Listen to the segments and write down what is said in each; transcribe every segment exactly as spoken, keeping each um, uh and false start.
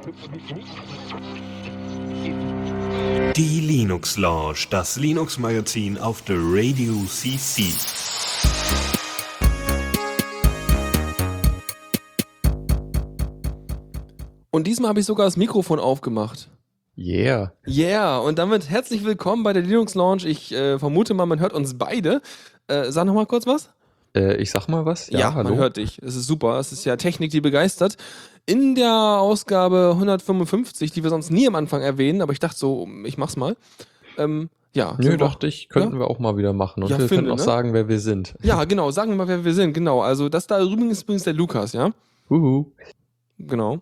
Die Linux Lounge, das Linux-Magazin auf der Radio C C. Und diesmal habe ich sogar das Mikrofon aufgemacht. Yeah. Yeah, und damit herzlich willkommen bei der Linux Lounge. Ich äh, vermute mal, man hört uns beide. Äh, sag noch mal kurz was. Äh, ich sag mal was. Ja, Ja, hallo. man hört dich. Es ist super. Es ist ja Technik, die begeistert. In der Ausgabe hundertfünfundfünfzig, die wir sonst nie am Anfang erwähnen, aber ich dachte so, ich mach's mal. Ähm, ja. Nö, wir- dachte ich, könnten ja? wir auch mal wieder machen. Und Ja, wir finde, können auch ne? sagen, wer wir sind. Ja, genau. Sagen wir mal, wer wir sind. Genau. Also das da drüben ist übrigens der Lukas, ja? Uhu. Genau.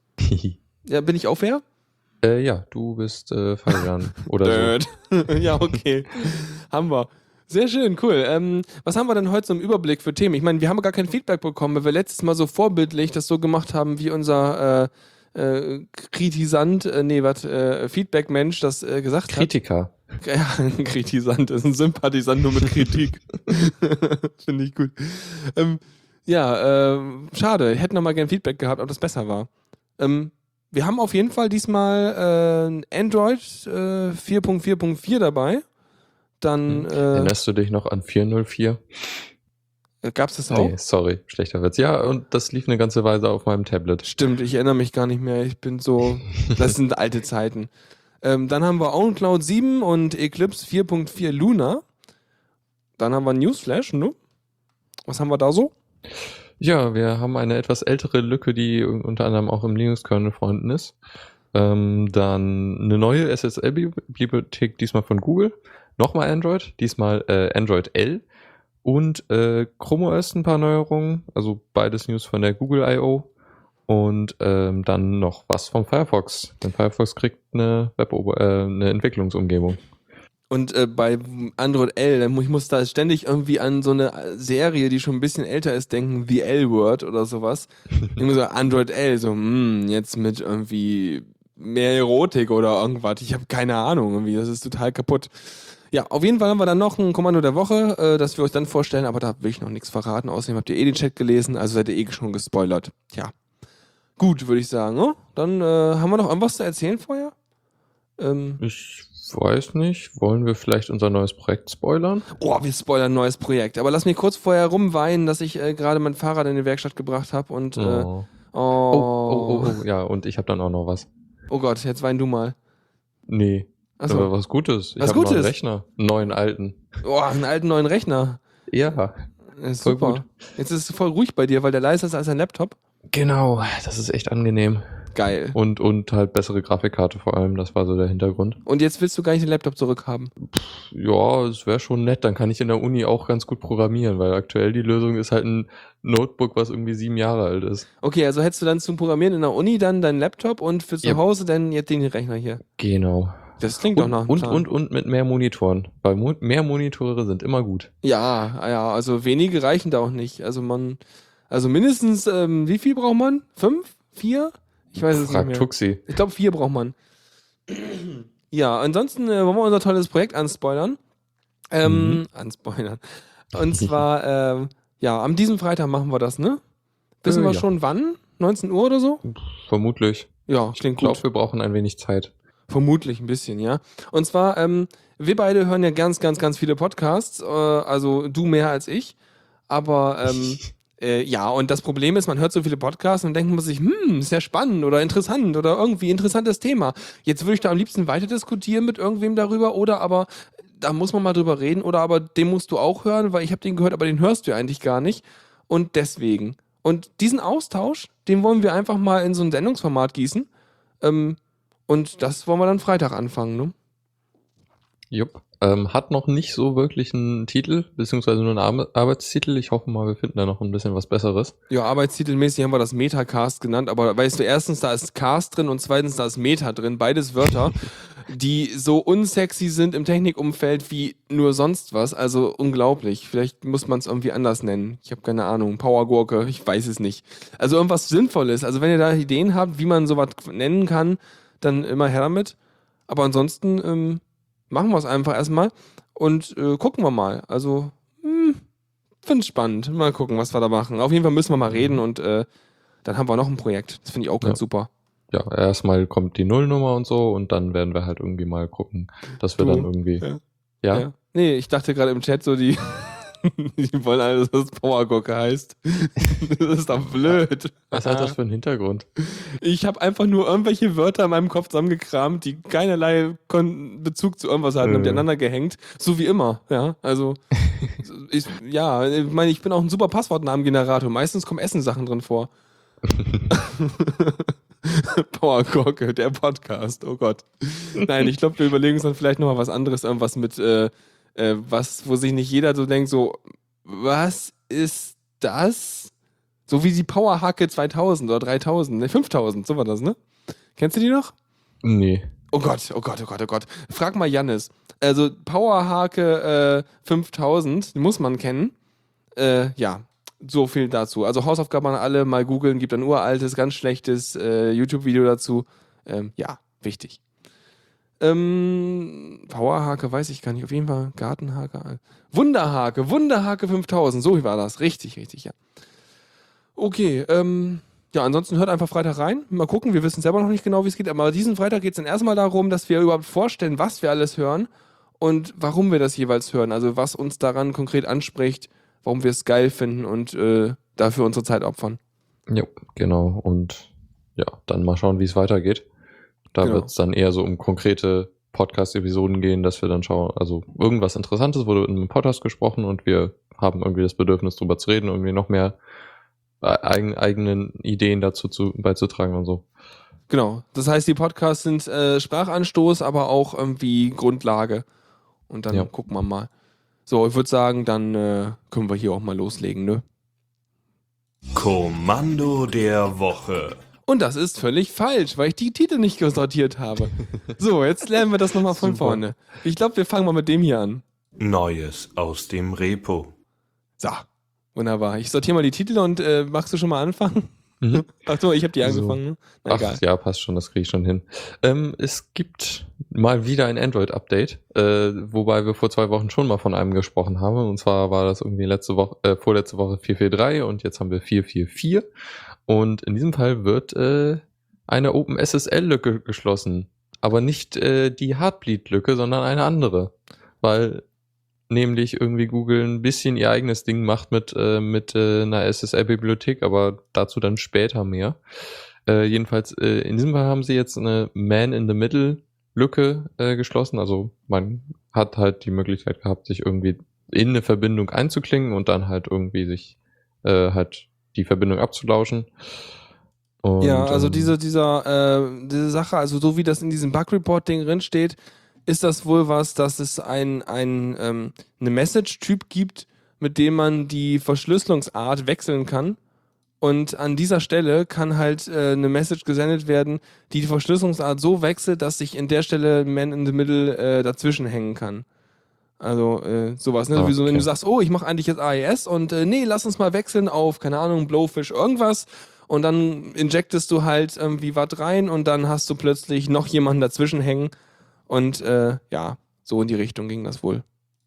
Ja, bin ich auch wer? äh, ja, du bist äh, Fabian oder so. Död. Ja, okay. Haben wir. Sehr schön, cool. Ähm, was haben wir denn heute so im Überblick für Themen? Ich meine, wir haben gar kein Feedback bekommen, weil wir letztes Mal so vorbildlich das so gemacht haben, wie unser äh, äh, Kritisant, äh, nee, was, äh, Feedback-Mensch das äh, gesagt Kritiker. hat. Ja, ein Kritisant ist ein Sympathisant nur mit Kritik. Finde ich gut. Ähm, ja, äh, schade. Ich hätte noch mal gern Feedback gehabt, ob das besser war. Ähm, wir haben auf jeden Fall diesmal äh, ein Android äh, vier Punkt vier Punkt vier dabei. Dann äh, Erinnerst du dich noch an vier null vier? gab es das auch? Nee, sorry, schlechter Witz. Ja, und das lief eine ganze Weise auf meinem Tablet. Stimmt, ich erinnere mich gar nicht mehr. Ich bin so, das sind alte Zeiten. Ähm, dann haben wir OwnCloud sieben und Eclipse vier Punkt vier Luna. Dann haben wir Newsflash, ne? Was haben wir da so? Ja, wir haben eine etwas ältere Lücke, die unter anderem auch im Linux-Kernel vorhanden ist. Ähm, dann eine neue S S L-Bibliothek, diesmal von Google. Nochmal Android, diesmal äh, Android L. Und äh, Chrome O S ein paar Neuerungen, also beides News von der Google I O. Und ähm, dann noch was vom Firefox. Denn Firefox kriegt eine, Web äh, eine Entwicklungsumgebung. Und äh, bei Android L, dann mu- ich muss da ständig irgendwie an so eine Serie, die schon ein bisschen älter ist, denken, The L-Word oder sowas. Irgendwie so Android L, so, hm, jetzt mit irgendwie mehr Erotik oder irgendwas. Ich habe keine Ahnung, irgendwie, das ist total kaputt. Ja, auf jeden Fall haben wir dann noch ein Kommando der Woche, äh, das wir euch dann vorstellen, aber da will ich noch nichts verraten. Außerdem habt ihr eh den Chat gelesen, also seid ihr eh schon gespoilert. Tja. Gut, würde ich sagen. Ne? Dann äh, haben wir noch irgendwas zu erzählen vorher? Ähm, Ich weiß nicht, wollen wir vielleicht unser neues Projekt spoilern? oh, wir spoilern ein neues Projekt. Aber lass mich kurz vorher rumweinen, dass ich äh, gerade mein Fahrrad in die Werkstatt gebracht habe und. Äh, Oh. oh, Oh, oh, oh, oh, ja, und ich habe dann auch noch was. oh Gott, jetzt wein du mal. Nee, Achso. aber was Gutes. Ich Was habe noch einen Gutes? Rechner, einen neuen alten. Oh, einen alten neuen Rechner. Ja, Ist Voll super. gut. Jetzt ist es voll ruhig bei dir, weil der leiser ist als ein Laptop. genau, das ist echt angenehm. Geil. Und, und halt bessere Grafikkarte vor allem, das war so der Hintergrund. Und jetzt willst du gar nicht den Laptop zurückhaben. Ja, es wäre schon nett, dann kann ich in der Uni auch ganz gut programmieren, weil aktuell die Lösung ist halt ein Notebook, was irgendwie sieben Jahre alt ist. Okay, also hättest du dann zum Programmieren in der Uni dann deinen Laptop und für zu Ja. Hause dann jetzt den Rechner hier. Genau. Das klingt doch Und, nach einem und, Plan. und, und mit mehr Monitoren, weil mo mehr Monitore sind immer gut. Ja, ja, also wenige reichen da auch nicht. Also man, also mindestens, ähm, wie viel braucht man? Fünf? Vier? Ich weiß es nicht Frag mehr. Tuxi. Ich glaube, vier braucht man. Ja, ansonsten äh, wollen wir unser tolles Projekt anspoilern. Ähm, Mhm. anspoilern. Und zwar, ähm, ja, am diesem Freitag machen wir das, ne? Wissen Äh, wir ja. schon wann? neunzehn Uhr oder so? Vermutlich. Ja, Ich klingt glaube, gut. wir brauchen ein wenig Zeit. Vermutlich ein bisschen, ja. Und zwar, ähm, wir beide hören ja ganz, ganz, ganz viele Podcasts, äh, also du mehr als ich. Aber ähm, äh, ja, und das Problem ist, man hört so viele Podcasts und denkt man sich, hm, ist ja spannend oder interessant oder irgendwie interessantes Thema. Jetzt würde ich da am liebsten weiter diskutieren mit irgendwem darüber oder aber, da muss man mal drüber reden oder aber den musst du auch hören, weil ich habe den gehört, aber den hörst du ja eigentlich gar nicht. Und deswegen. Und diesen Austausch, den wollen wir einfach mal in so ein Sendungsformat gießen. Ähm, und das wollen wir dann Freitag anfangen, ne? Jupp. Ähm, hat noch nicht so wirklich einen Titel, beziehungsweise nur einen Ar Arbeitstitel. Ich hoffe mal, wir finden da noch ein bisschen was Besseres. Ja, arbeitstitelmäßig haben wir das Metacast genannt, aber weißt du, erstens, da ist Cast drin und zweitens, da ist Meta drin. Beides Wörter, die so unsexy sind im Technikumfeld wie nur sonst was. Also unglaublich. Vielleicht muss man es irgendwie anders nennen. Ich habe keine Ahnung. Powergurke, ich weiß es nicht. Also irgendwas Sinnvolles. Also wenn ihr da Ideen habt, wie man sowas nennen kann, dann immer her damit. Aber ansonsten ähm, machen wir es einfach erstmal und äh, gucken wir mal. Also, hm, finde spannend. Mal gucken, was wir da machen. Auf jeden Fall müssen wir mal reden und äh, dann haben wir noch ein Projekt. Das finde ich auch ganz Ja. super. ja, erstmal kommt die Nullnummer und so und dann werden wir halt irgendwie mal gucken, dass wir Du, dann irgendwie. ja. Ja? Ja. Nee, ich dachte gerade im Chat so, die, die wollen alle, dass das Powergocke heißt. Das ist doch blöd. Was hat das für einen Hintergrund? Ich habe einfach nur irgendwelche Wörter in meinem Kopf zusammengekramt, die keinerlei Kon Bezug zu irgendwas hatten, Äh. haben die aneinander gehängt. So wie immer, ja. Also, ich, ja, ich meine, ich bin auch ein super Passwortnamengenerator. Meistens kommen Essensachen drin vor. Powergocke, der Podcast, oh Gott. Nein, ich glaube, wir überlegen uns dann vielleicht nochmal was anderes, irgendwas mit, äh, äh, was, wo sich nicht jeder so denkt, so, was ist das? So wie die Powerhacke zweitausend oder dreitausend, ne, fünftausend, so war das, ne? Kennst du die noch? Nee. Oh Gott, oh Gott, oh Gott, oh Gott. Frag mal Jannis. Also Powerhacke äh, fünftausend, die muss man kennen. Äh, ja, so viel dazu. Also Hausaufgaben an alle, mal googeln, gibt ein uraltes, ganz schlechtes äh, YouTube-Video dazu. Ähm, ja, wichtig. Ähm, Powerhake weiß ich gar nicht. Auf jeden Fall Gartenhake. Wunderhake, Wunderhake fünftausend. So war das. Richtig, richtig, ja. Okay, ähm, ja, ansonsten hört einfach Freitag rein. Mal gucken, wir wissen selber noch nicht genau, wie es geht. Aber diesen Freitag geht es dann erstmal darum, dass wir überhaupt vorstellen, was wir alles hören und warum wir das jeweils hören. Also was uns daran konkret anspricht, warum wir es geil finden und äh, dafür unsere Zeit opfern. Ja, genau. Und ja, dann mal schauen, wie es weitergeht. Da Genau. wird es dann eher so um konkrete Podcast-Episoden gehen, dass wir dann schauen, also irgendwas Interessantes wurde in einem Podcast gesprochen und wir haben irgendwie das Bedürfnis, drüber zu reden, irgendwie noch mehr eigen, eigenen Ideen dazu zu, beizutragen und so. Genau. Das heißt, die Podcasts sind äh, Sprachanstoß, aber auch irgendwie Grundlage. Und dann Ja. gucken wir mal. So, ich würde sagen, dann äh, können wir hier auch mal loslegen, ne? Kommando der Woche. Und das ist völlig falsch, weil ich die Titel nicht sortiert habe. So, jetzt lernen wir das nochmal von Super. vorne. Ich glaube, wir fangen mal mit dem hier an. Neues aus dem Repo. So, wunderbar. Ich sortiere mal die Titel und äh, magst du schon mal anfangen? Mhm. Ach so, ich habe die So. angefangen. Ne? Na, Ach egal. ja, passt schon, das kriege ich schon hin. Ähm, es gibt mal wieder ein Android-Update, äh, wobei wir vor zwei Wochen schon mal von einem gesprochen haben. Und zwar war das irgendwie letzte Woche, äh, vorletzte Woche vier Punkt vier Punkt drei und jetzt haben wir vier Punkt vier Punkt vier. Und in diesem Fall wird äh, eine OpenSSL-Lücke geschlossen. Aber nicht äh, die Heartbleed-Lücke, sondern eine andere. Weil nämlich irgendwie Google ein bisschen ihr eigenes Ding macht mit, äh, mit äh, einer S S L-Bibliothek, aber dazu dann später mehr. Äh, jedenfalls, äh, in diesem Fall haben sie jetzt eine Man-in-the-Middle-Lücke äh, geschlossen. Also man hat halt die Möglichkeit gehabt, sich irgendwie in eine Verbindung einzuklingen und dann halt irgendwie sich äh, halt die Verbindung abzulauschen. Und, Ja, also ähm, diese, dieser, äh, diese Sache, also so wie das in diesem Bug-Report-Ding drin steht, ist das wohl was, dass es ein, ein, ähm, eine Message-Typ gibt, mit dem man die Verschlüsselungsart wechseln kann. Und an dieser Stelle kann halt äh, eine Message gesendet werden, die die Verschlüsselungsart so wechselt, dass sich in der Stelle Man in the Middle äh, dazwischen hängen kann. Also äh, sowas, ne? Ah, Wie so, wenn okay. du sagst, oh, ich mache eigentlich jetzt A E S und äh, nee, lass uns mal wechseln auf, keine Ahnung, Blowfish, irgendwas. Und dann injectest du halt irgendwie was rein und dann hast du plötzlich noch jemanden dazwischen hängen. Und äh, ja, so in die Richtung ging das wohl.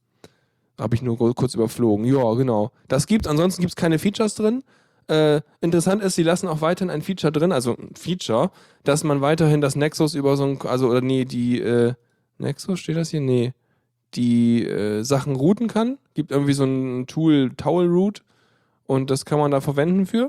Habe ich nur kurz überflogen. Ja, genau. Das gibt, ansonsten gibt es keine Features drin. Äh, interessant ist, sie lassen auch weiterhin ein Feature drin, also ein Feature, dass man weiterhin das Nexus über so ein, also, oder nee, die, äh, Nexus, steht das hier? Nee. Die äh, Sachen routen kann. Gibt irgendwie so ein Tool, Towel Root. Und das kann man da verwenden für.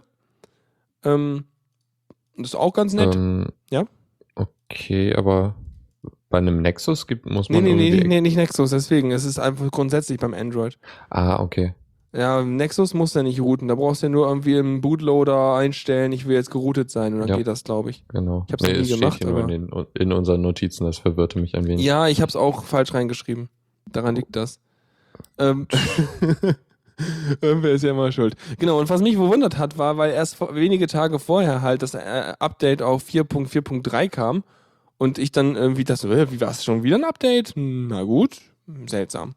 Ähm, das ist auch ganz nett. Ähm, Ja? Okay, aber bei einem Nexus gibt, muss Nee, man nee, nee, irgendwie... nee, nicht Nexus, deswegen. Es ist einfach grundsätzlich beim Android. Ah, okay. Ja, Nexus muss ja nicht routen. Da brauchst du ja nur irgendwie im Bootloader einstellen, ich will jetzt geroutet sein und dann Ja. geht das, glaube ich. Genau. Ich hab's noch nie es steht gemacht, hier nur in, aber- den, in unseren Notizen, das verwirrte mich ein wenig. Ja, ich habe es auch falsch reingeschrieben. Daran liegt das. Ähm, Irgendwer ist ja immer schuld. Genau, und was mich verwundert hat, war, weil erst vor, wenige Tage vorher halt das äh, Update auf vier Punkt vier Punkt drei kam und ich dann irgendwie das so, äh, wie war es schon wieder ein Update? Hm, Na gut, hm, seltsam.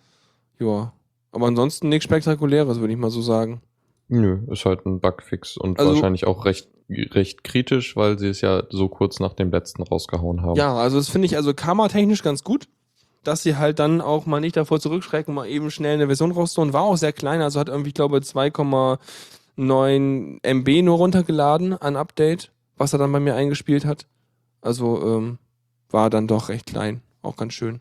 Ja, aber ansonsten nichts Spektakuläres, würde ich mal so sagen. Nö, ist halt ein Bugfix und Also- wahrscheinlich auch recht, recht kritisch, weil sie es ja so kurz nach dem letzten rausgehauen haben. Ja, also das finde ich also karma-technisch ganz gut, dass sie halt dann auch mal nicht davor zurückschrecken, mal eben schnell eine Version rauszuholen. War auch sehr klein, also hat irgendwie, ich glaube, zwei Komma neun Megabyte nur runtergeladen an Update. was er dann bei mir eingespielt hat. Also ähm, war dann doch recht klein. Auch ganz schön.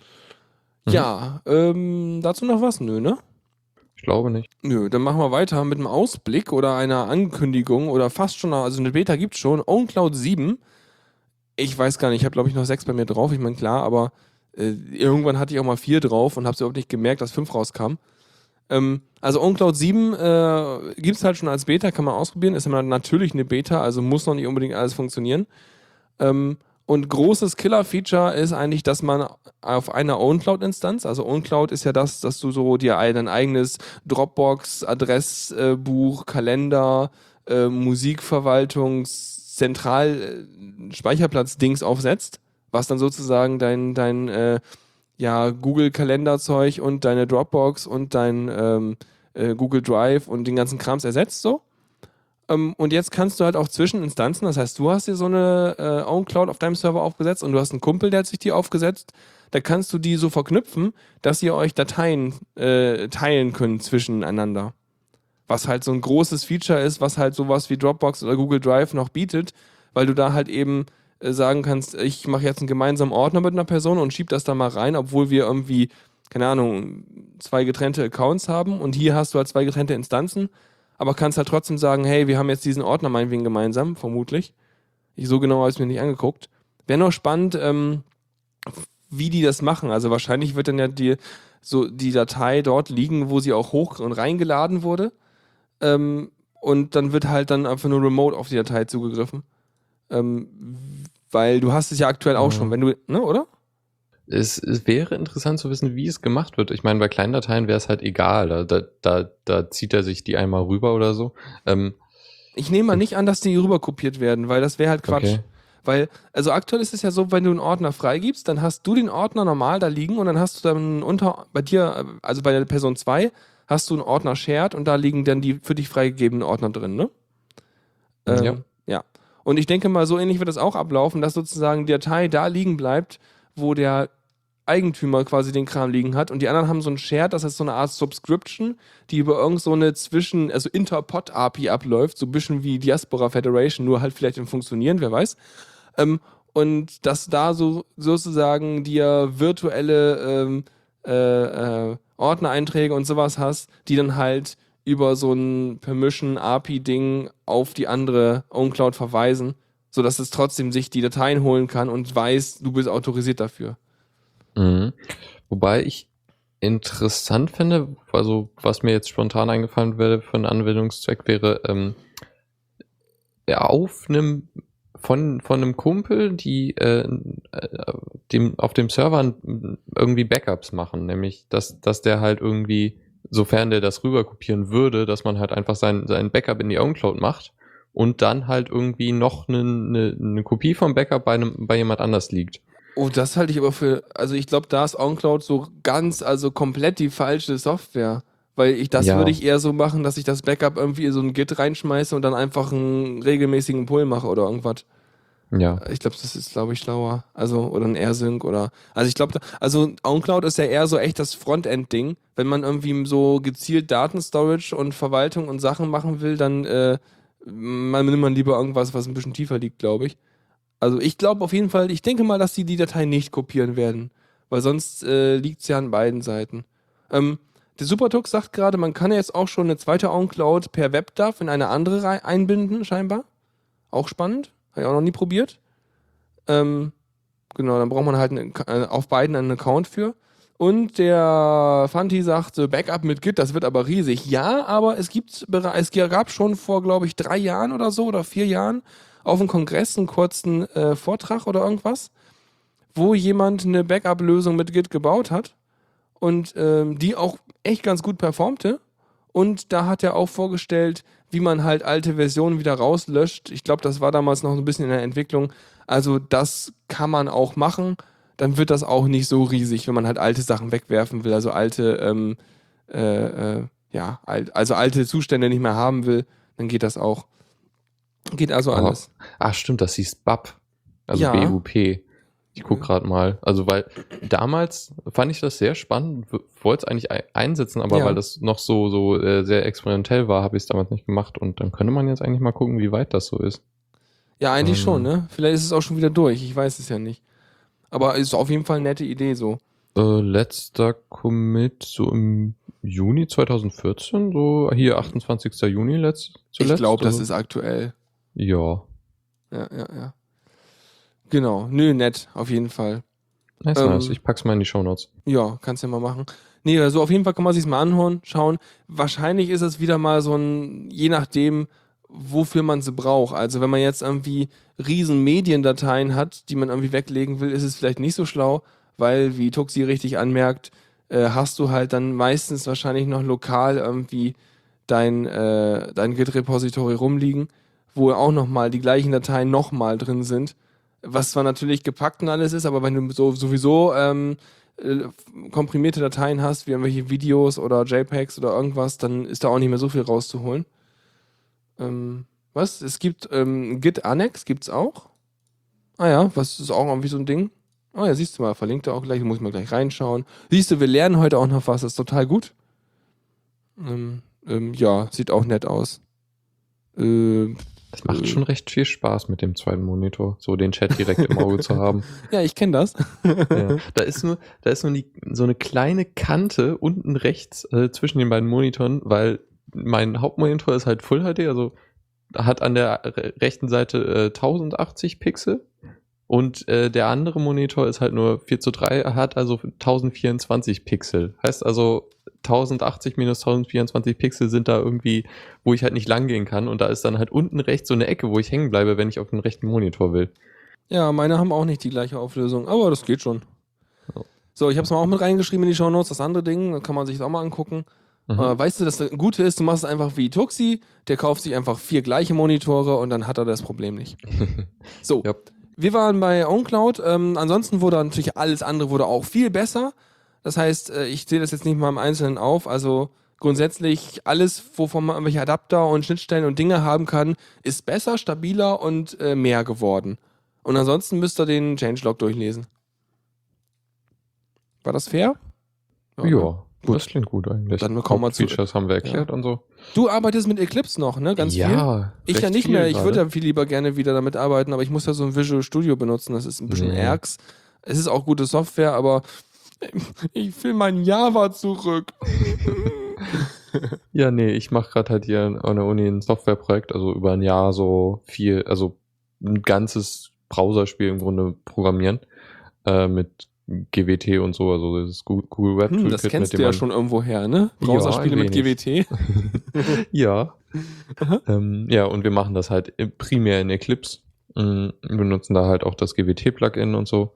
Mhm. Ja, ähm, dazu noch was? Nö, ne? Ich glaube nicht. Nö, dann machen wir weiter mit einem Ausblick oder einer Ankündigung oder fast schon, also eine Beta gibt's schon. OwnCloud sieben. Ich weiß gar nicht, ich habe glaube ich noch sechs bei mir drauf. Ich meine, klar, aber äh, irgendwann hatte ich auch mal vier drauf und habe es überhaupt nicht gemerkt, dass fünf rauskam. Ähm, also OwnCloud sieben äh, gibt's halt schon als Beta, kann man ausprobieren. Ist immer natürlich eine Beta, also muss noch nicht unbedingt alles funktionieren. Ähm, und großes Killer-Feature ist eigentlich, dass man auf einer OwnCloud-Instanz, also OwnCloud ist ja das, dass du so dir ein eigenes Dropbox, Adressbuch, Kalender, äh, Musikverwaltungs-, Zentral-, äh, Speicherplatz-Dings aufsetzt, was dann sozusagen dein, dein äh, ja, Google-Kalenderzeug und deine Dropbox und dein ähm, äh, Google Drive und den ganzen Krams ersetzt so. Ähm, und jetzt kannst du halt auch zwischen Instanzen, das heißt, du hast dir so eine äh, OwnCloud auf deinem Server aufgesetzt und du hast einen Kumpel, der hat sich die aufgesetzt. Da kannst du die so verknüpfen, dass ihr euch Dateien äh, teilen könnt zwischeneinander. Was halt so ein großes Feature ist, was halt sowas wie Dropbox oder Google Drive noch bietet, weil du da halt eben äh, sagen kannst, ich mache jetzt einen gemeinsamen Ordner mit einer Person und schieb das da mal rein, obwohl wir irgendwie, keine Ahnung, zwei getrennte Accounts haben und hier hast du halt zwei getrennte Instanzen, aber kannst halt trotzdem sagen, hey, wir haben jetzt diesen Ordner meinetwegen gemeinsam, vermutlich. Ich, so genau habe ich es mir nicht angeguckt. Wäre noch spannend, ähm, wie die das machen. Also wahrscheinlich wird dann ja die, so die Datei dort liegen, wo sie auch hoch und reingeladen wurde. Ähm, und dann wird halt dann einfach nur remote auf die Datei zugegriffen. Ähm, weil du hast es ja aktuell auch Ja. schon, wenn du, ne, oder? Es, es wäre interessant zu wissen, wie es gemacht wird. Ich meine, bei kleinen Dateien wäre es halt egal. Da, da, da, da zieht er sich die einmal rüber oder so. Ähm, Ich nehme mal nicht an, dass die rüber kopiert werden, weil das wäre halt Quatsch. Okay. Weil, also aktuell ist es ja so, wenn du einen Ordner freigibst, dann hast du den Ordner normal da liegen und dann hast du dann unter, bei dir, also bei der Person zwei, hast du einen Ordner shared und da liegen dann die für dich freigegebenen Ordner drin, ne? Ähm, Ja. ja. Und ich denke mal, so ähnlich wird das auch ablaufen, dass sozusagen die Datei da liegen bleibt, wo der Eigentümer quasi den Kram liegen hat und die anderen haben so ein Shared, das heißt so eine Art Subscription, die über irgend so eine Zwischen-, also Interpod-A P I abläuft, so ein bisschen wie Diaspora Federation, nur halt vielleicht im Funktionieren, wer weiß. Ähm, und dass da so sozusagen dir virtuelle ähm, äh, äh, Ordner-Einträge und sowas hast, die dann halt über so ein Permission-A P I-Ding auf die andere OwnCloud verweisen, sodass es trotzdem sich die Dateien holen kann und weiß, du bist autorisiert dafür. Mhm. Wobei ich interessant finde, also was mir jetzt spontan eingefallen wäre für einen Anwendungszweck wäre, ähm, ja, auf einem von, von einem Kumpel, die äh, äh, dem, auf dem Server irgendwie Backups machen, nämlich dass, dass der halt irgendwie, sofern der das rüber kopieren würde, dass man halt einfach sein, sein Backup in die OwnCloud macht und dann halt irgendwie noch eine, eine, eine Kopie vom Backup bei, einem, bei jemand anders liegt. Oh, das halte ich aber für, also ich glaube, da ist OwnCloud so ganz, also komplett die falsche Software. Weil ich, das Ja. würde ich eher so machen, dass ich das Backup irgendwie in so ein Git reinschmeiße und dann einfach einen regelmäßigen Pull mache oder irgendwas. Ja. Ich glaube, das ist, glaube ich, schlauer. Also, oder ein AirSync oder, also ich glaube, also OwnCloud ist ja eher so echt das Frontend-Ding. Wenn man irgendwie so gezielt Datenstorage und Verwaltung und Sachen machen will, dann äh, man nimmt man lieber irgendwas, was ein bisschen tiefer liegt, glaube ich. Also ich glaube auf jeden Fall, ich denke mal, dass sie die Datei nicht kopieren werden, weil sonst äh, liegt es ja an beiden Seiten. Ähm, der Supertux sagt gerade, man kann ja jetzt auch schon eine zweite OwnCloud per WebDAV in eine andere rei- einbinden, scheinbar. Auch spannend, habe ich auch noch nie probiert. Ähm, genau, dann braucht man halt einen, äh, auf beiden einen Account für. Und der Fanti sagt, so Backup mit Git, das wird aber riesig. Ja, aber es gibt, bere- es gab schon vor, glaube ich, drei Jahren oder so oder vier Jahren auf dem Kongress einen kurzen äh, Vortrag oder irgendwas, wo jemand eine Backup-Lösung mit Git gebaut hat und ähm, die auch echt ganz gut performte. Und da hat er auch vorgestellt, wie man halt alte Versionen wieder rauslöscht. Ich glaube, das war damals noch ein bisschen in der Entwicklung. Also das kann man auch machen. Dann wird das auch nicht so riesig, wenn man halt alte Sachen wegwerfen will. Also alte, ähm, äh, äh, ja, alt, also alte Zustände nicht mehr haben will, dann geht das auch. Geht also Aber- alles. Ah, stimmt, das hieß B A P. Also Ja. B U P. Ich guck gerade mal. Also, weil damals fand ich das sehr spannend, wollte es eigentlich ei- einsetzen, aber Ja. weil das noch so, so äh, sehr experimentell war, habe ich es damals nicht gemacht. Und dann könnte man jetzt eigentlich mal gucken, wie weit das so ist. Ja, eigentlich Ähm, schon, ne? Vielleicht ist es auch schon wieder durch, ich weiß es ja nicht. Aber ist auf jeden Fall eine nette Idee so. Äh, letzter Commit so im Juni zwanzig vierzehn, so hier achtundzwanzigster Juni letzt, zuletzt. Ich glaube, das also, ist aktuell. Ja, Ja, ja, ja. Genau. Nö, nett, auf jeden Fall. nice, Ähm, nice. Ich pack's mal in die Shownotes. Ja, kannst ja mal machen. Nee, also auf jeden Fall kann man sich's mal anhören, schauen. Wahrscheinlich ist es wieder mal so ein, je nachdem, wofür man sie braucht. Also wenn man jetzt irgendwie riesen Mediendateien hat, die man irgendwie weglegen will, ist es vielleicht nicht so schlau, weil, wie Tuxi richtig anmerkt, äh, hast du halt dann meistens wahrscheinlich noch lokal irgendwie dein, äh, dein Git-Repository rumliegen, wo auch nochmal die gleichen Dateien nochmal drin sind. Was zwar natürlich gepackt und alles ist, aber wenn du so, sowieso ähm, äh, komprimierte Dateien hast, wie irgendwelche Videos oder JPEGs oder irgendwas, dann ist da auch nicht mehr so viel rauszuholen. Ähm, was? Es gibt ähm, Git Annex, gibt's auch. Ah ja, was ist auch irgendwie so ein Ding. Ah ja, siehst du mal, verlinkt er auch gleich, muss ich mal gleich reinschauen. Siehst du, wir lernen heute auch noch was, das ist total gut. Ähm, ähm, ja, sieht auch nett aus. Äh, Das macht äh, schon recht viel Spaß mit dem zweiten Monitor, so den Chat direkt im Auge zu haben. ja, ich kenne das. Ja. Da ist nur, da ist nur die, so eine kleine Kante unten rechts äh, zwischen den beiden Monitoren, weil mein Hauptmonitor ist halt Full H D, also hat an der re- rechten Seite äh, tausendachtzig Pixel und äh, der andere Monitor ist halt nur vier zu drei, hat also tausendvierundzwanzig Pixel. Heißt also tausendachtzig minus tausendvierundzwanzig Pixel sind da irgendwie, wo ich halt nicht lang gehen kann und da ist dann halt unten rechts so eine Ecke, wo ich hängen bleibe, wenn ich auf den rechten Monitor will. Ja, meine haben auch nicht die gleiche Auflösung, aber das geht schon. Ja. So, ich habe es mal auch mit reingeschrieben in die Shownotes, das andere Ding, da kann man sich das auch mal angucken. Mhm. Äh, weißt du, das Gute ist, du machst es einfach wie Tuxi, der kauft sich einfach vier gleiche Monitore und dann hat er das Problem nicht. So, Ja. wir waren bei OwnCloud, ähm, ansonsten wurde natürlich alles andere wurde auch viel besser. Das heißt, äh, ich zähle das jetzt nicht mal im Einzelnen auf, also grundsätzlich alles, wovon man irgendwelche Adapter und Schnittstellen und Dinge haben kann, ist besser, stabiler und äh, mehr geworden. Und ansonsten müsst ihr den Changelog durchlesen. War das fair? Ja, ne? das klingt gut eigentlich. Dann kommen wir zu- Features haben wir erklärt und so. Du arbeitest mit Eclipse noch, ne? Ganz viel? ja, Ich ja recht nicht viel mehr. Ich gerade. würde ja viel lieber gerne wieder damit arbeiten, aber ich muss ja so ein Visual Studio benutzen. Das ist ein bisschen Nee. Ärgs. Es ist auch gute Software, aber ich will mein Java zurück. Ja, nee, ich mache gerade halt hier an der Uni ein Softwareprojekt, also über ein Jahr so viel, also ein ganzes Browserspiel im Grunde programmieren äh, mit G W T und so, also das ist Gu- Google Web Hm, das Toolkit, kennst mit du dem ja man schon irgendwo her, ne? Ja, Browserspiele ein mit G W wenig. T. Ja. Aha. ähm, ja, und wir machen das halt im- primär in Eclipse. Mm, Wir benutzen da halt auch das G W T-Plugin und so.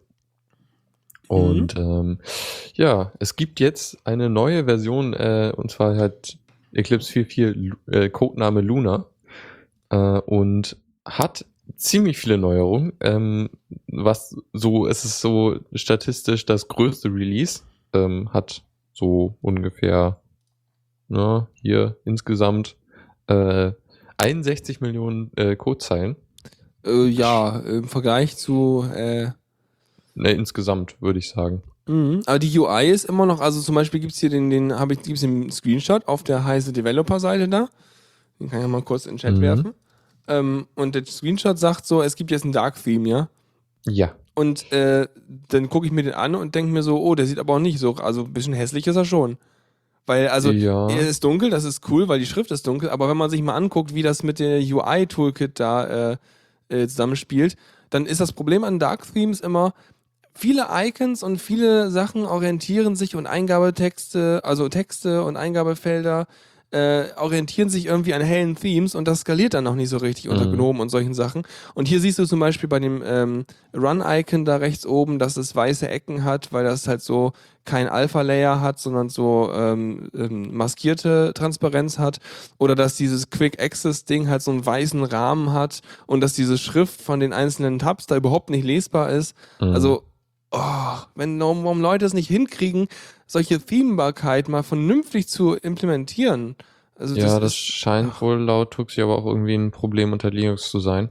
Und ähm, ja, es gibt jetzt eine neue Version, äh, und zwar halt Eclipse vier Punkt vier, Lu- äh, Codename Luna. Äh, und hat ziemlich viele Neuerungen. Ähm, was so, es ist so statistisch das größte Release. Ähm, hat so ungefähr, ne, hier insgesamt äh, einundsechzig Millionen äh, Codezeilen. Äh, ja, im Vergleich zu. Äh, Ne, insgesamt würde ich sagen. mhm. Aber die U I ist immer noch, also zum Beispiel gibt es hier den, den habe ich, gibt's den Screenshot auf der Heise Developer-Seite da. Den kann ich ja mal kurz in den Chat Mhm. werfen. Ähm, und der Screenshot sagt so, es gibt jetzt ein Dark Theme, ja. Ja. Und äh, dann gucke ich mir den an und denke mir so, oh, der sieht aber auch nicht so, also ein bisschen hässlich ist er schon. Weil, also, Ja. er ist dunkel, das ist cool, weil die Schrift ist dunkel, aber wenn man sich mal anguckt, wie das mit der U I-Toolkit da äh, äh, zusammenspielt, dann ist das Problem an Dark Themes immer, viele Icons und viele Sachen orientieren sich und Eingabetexte, also Texte und Eingabefelder, äh, orientieren sich irgendwie an hellen Themes und das skaliert dann noch nicht so richtig unter Mhm. GNOME und solchen Sachen. Und hier siehst du zum Beispiel bei dem ähm, Run-Icon da rechts oben, dass es weiße Ecken hat, weil das halt so kein Alpha-Layer hat, sondern so ähm, ähm, maskierte Transparenz hat. Oder dass dieses Quick-Access-Ding halt so einen weißen Rahmen hat und dass diese Schrift von den einzelnen Tabs da überhaupt nicht lesbar ist. Mhm. Also, oh, wenn warum Leute es nicht hinkriegen, solche Themenbarkeit mal vernünftig zu implementieren. Also ja, das, ist, scheint ach. wohl laut Tuxi aber auch irgendwie ein Problem unter Linux zu sein.